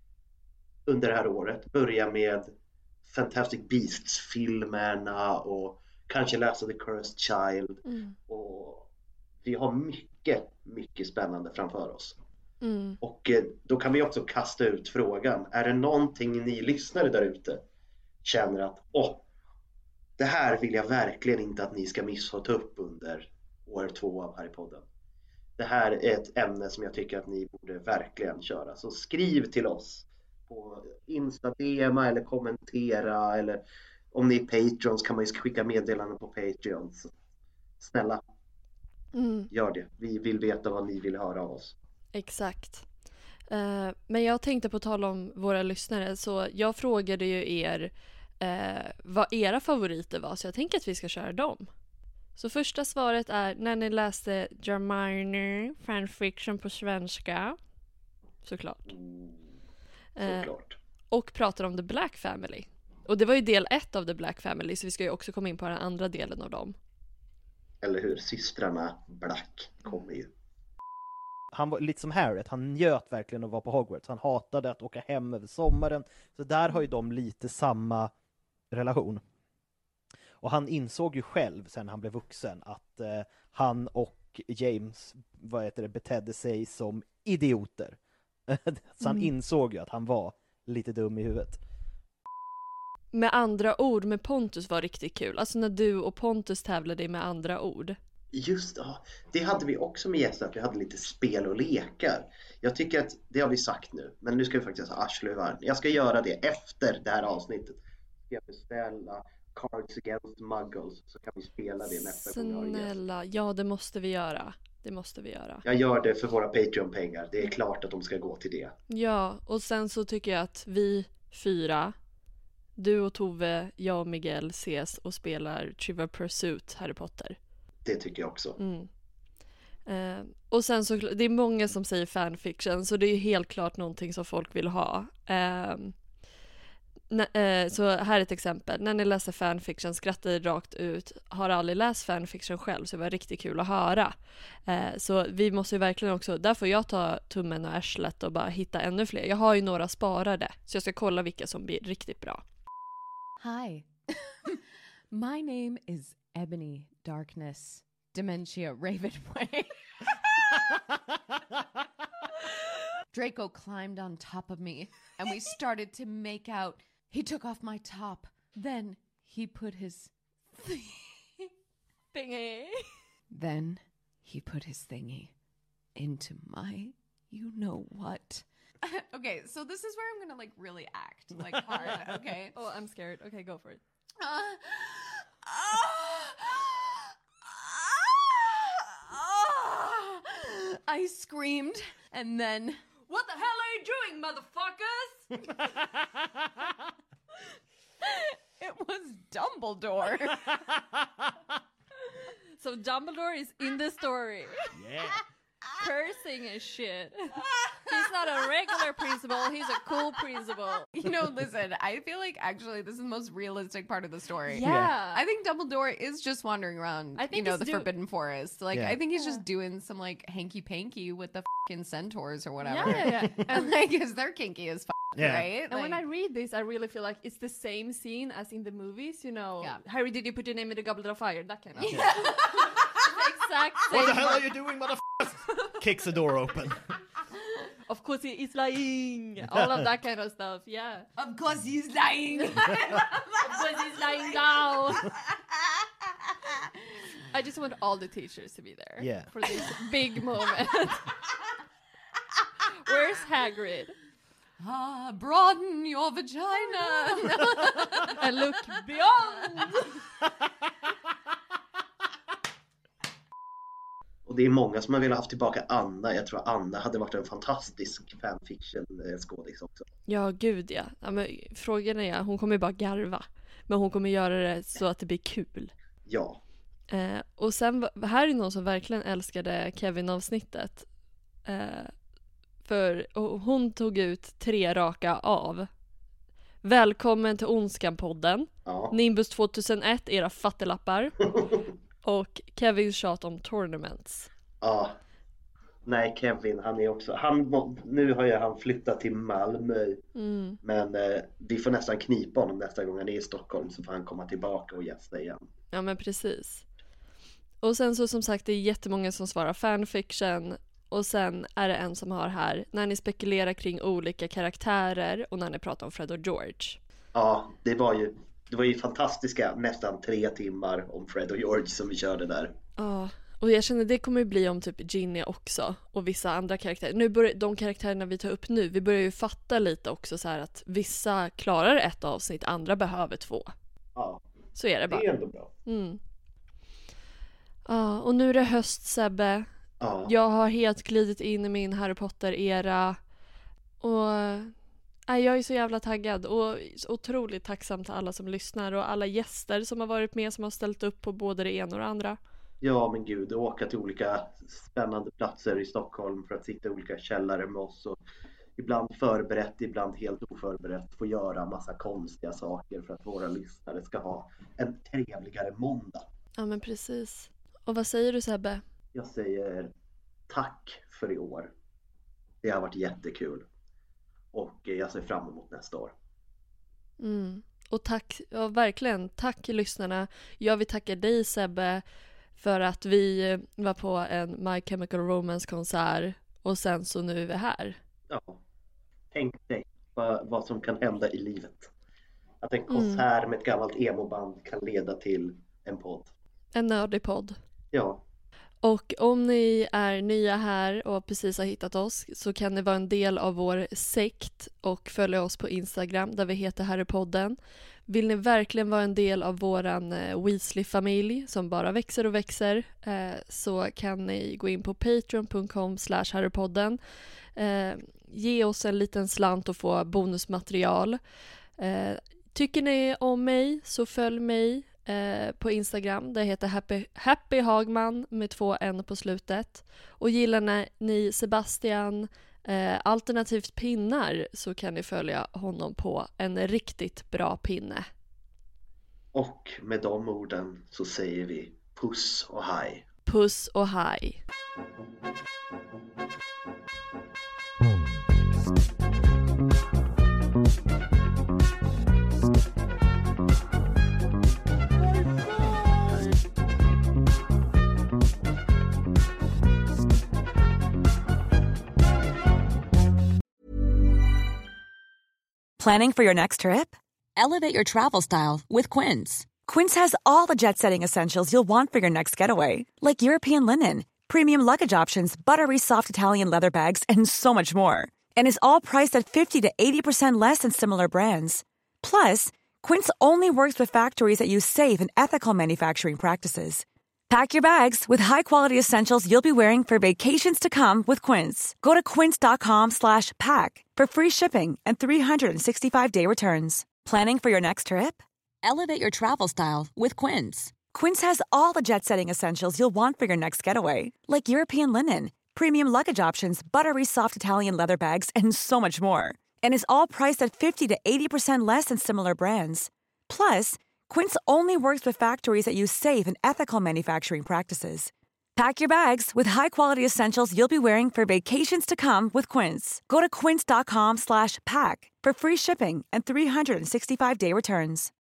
under det här året. Börja med Fantastic Beasts-filmerna och kanske läsa The Cursed Child. Mm. Och vi har mycket, mycket spännande framför oss. Mm. Och eh, då kan vi också kasta ut frågan. Är det någonting ni lyssnare där ute känner att åh, det här vill jag verkligen inte att ni ska missa att ta upp under år två av Harry-podden. Det här är ett ämne som jag tycker att ni borde verkligen köra. Så skriv till oss på Insta-D M eller kommentera. Eller om ni är Patrons kan man ju skicka meddelanden på Patreon. Så snälla, Mm. gör det. Vi vill veta vad ni vill höra av oss. Exakt. Eh, men jag tänkte på tal om våra lyssnare, så jag frågade ju er eh, vad era favoriter var, så jag tänker att vi ska köra dem. Så första svaret är när ni läste Hermione fanfiction på svenska. Såklart. Eh, Såklart. och pratade om The Black Family. Och det var ju del ett av The Black Family, så vi ska ju också komma in på den andra delen av dem. Eller hur? Systrarna Black kommer ju. Han var lite som Harry, han njöt verkligen att vara på Hogwarts. Han hatade att åka hem över sommaren. Så där har ju de lite samma relation. Och han insåg ju själv sen han blev vuxen att eh, han och James, vad heter det, betedde sig som idioter. Så han Mm. insåg ju att han var lite dum i huvudet. Med andra ord med Pontus var riktigt kul. Alltså när du och Pontus tävlade med andra ord. Just det, ja. Det hade vi också med gäster, att vi hade lite spel och lekar. Jag tycker att, det har vi sagt nu, men nu ska vi faktiskt ha arsle i världen. Jag ska göra det efter det här avsnittet. Ska jag beställa Cards Against Muggles så kan vi spela det nästa gång jag har gäst. Snälla, ja det måste vi göra. Det måste vi göra. Jag gör det för våra Patreon-pengar. Det är klart att de ska gå till det. Ja, och sen så tycker jag att vi fyra, du och Tove, jag och Miguel ses och spelar Trivial Pursuit Harry Potter. Det tycker jag också. Mm. Eh, och sen så, det är många som säger fanfiction, så det är helt klart någonting som folk vill ha. Eh, nä- eh, så här är ett exempel. När ni läser fanfiction, skrattar rakt ut, har aldrig läst fanfiction själv, så det var riktigt kul att höra. Eh, så vi måste ju verkligen också, där får jag ta tummen och arslet och bara hitta ännu fler. Jag har ju några sparade, så jag ska kolla vilka som blir riktigt bra. Hi. My name is Ebony Darkness Dementia Ravenway. Draco climbed on top of me and we started to make out. He took off my top. Then he put his thingy. Then he put his thingy into my you know what. Okay, so this is where I'm gonna like really act like hard, okay? Oh, I'm scared. Okay, go for it. Uh, I screamed, and then... What the hell are you doing, motherfuckers? It was Dumbledore. So Dumbledore is in the story. Yeah. Cursing and shit. He's he's not a regular principal, he's a cool principal. You know, listen, I feel like actually this is the most realistic part of the story. Yeah. I think Dumbledore is just wandering around, I think you know, he's the do- Forbidden Forest. Like, Yeah. I think he's Yeah. just doing some, like, hanky-panky with the fucking centaurs or whatever. Yeah, yeah, yeah. And, like, because they're kinky as fuck, Yeah. right? And when I Like- read this, I really feel like it's the same scene as in the movies, you know. Yeah. Harry, did you put your name in the goblet of fire? That kind of. Yeah. Exact same. What the hell are you doing, motherfuckers? Kicks the door open. Of course he is lying. All of that kind of stuff. Yeah. Of course he's lying. Of course he's lying down. I just want all the teachers to be there. Yeah. For this big moment. Where's Hagrid? Ah, broaden your vagina. And look beyond. Och det är många som har velat ha tillbaka Anna. Jag tror att Anna hade varit en fantastisk fanfiction-skådis också. Ja, gud ja. ja men, frågan är, hon kommer ju bara garva. Men hon kommer göra det så att det blir kul. Ja. Eh, och sen, här är någon som verkligen älskade Kevin-avsnittet. Eh, för och hon tog ut tre raka av. Välkommen till Ondskan-podden. Ja. Nimbus tjugohundraett, era fattelappar. Och Kevin tjat om tournaments. Ja. Nej, Kevin, han är också... Han, må- nu har ju han flyttat till Malmö. Mm. Men eh, vi får nästan knipa honom nästa gång han är i Stockholm, så får han komma tillbaka och gästa igen. Ja, men precis. Och sen så som sagt, det är jättemånga som svarar fanfiction. Och sen är det en som har här, när ni spekulerar kring olika karaktärer och när ni pratar om Fred och George. Ja, det var ju... Det var ju fantastiska nästan tre timmar om Fred och George som vi körde där. Ja, och jag känner det kommer ju bli om typ Ginny också och vissa andra karaktärer. Nu börjar de karaktärerna vi tar upp nu, vi börjar ju fatta lite också så här att vissa klarar ett avsnitt, andra behöver två. Ja, så är det bara. Det är ändå bra. Mm. Ja, och nu är det höst, Sebbe. Ja. Jag har helt glidit in i min Harry Potter-era. Och nej, jag är så jävla taggad och otroligt tacksam till alla som lyssnar och alla gäster som har varit med, som har ställt upp på både det ena och det andra. Ja, men gud, åka till olika spännande platser i Stockholm för att sitta i olika källare med oss och ibland förberett, ibland helt oförberett, få göra massa konstiga saker för att våra lyssnare ska ha en trevligare måndag. Ja, men precis. Och vad säger du, Sebbe? Jag säger tack för i år. Det har varit jättekul. Och jag ser fram emot nästa år. Mm. Och tack, ja, verkligen, tack lyssnarna. Jag vill tacka dig, Sebbe, för att vi var på en My Chemical Romance-konsert och sen så nu är vi här. Ja, tänk dig vad, vad som kan hända i livet. Att en konsert mm. med ett gammalt emo-band kan leda till en podd. En nördig podd. Ja. Och om ni är nya här och precis har hittat oss så kan ni vara en del av vår sekt och följa oss på Instagram där vi heter Harrypodden. Vill ni verkligen vara en del av våran Weasley-familj som bara växer och växer eh, så kan ni gå in på patreon punkt com slash harrypodden. Eh, ge oss en liten slant och få bonusmaterial. Eh, tycker ni om mig så följ mig eh, på Instagram. Det heter Happy, Happy Hagman med två n på slutet. Och gillar ni Sebastian Eh, alternativt pinnar så kan ni följa honom på en riktigt bra pinne. Och med de orden så säger vi puss och hej. Puss och hej. Planning for your next trip? Elevate your travel style with Quince. Quince has all the jet-setting essentials you'll want for your next getaway, like European linen, premium luggage options, buttery soft Italian leather bags, and so much more. And is all priced at fifty to eighty percent less than similar brands. Plus, Quince only works with factories that use safe and ethical manufacturing practices. Pack your bags with high-quality essentials you'll be wearing for vacations to come with Quince. Go to quince dot com slash pack for free shipping and three sixty-five day returns. Planning for your next trip? Elevate your travel style with Quince. Quince has all the jet-setting essentials you'll want for your next getaway, like European linen, premium luggage options, buttery soft Italian leather bags, and so much more. And is all priced at fifty to eighty percent less than similar brands. Plus, Quince only works with factories that use safe and ethical manufacturing practices. Pack your bags with high-quality essentials you'll be wearing for vacations to come with Quince. Go to quince dot com slash pack for free shipping and three hundred sixty-five day returns.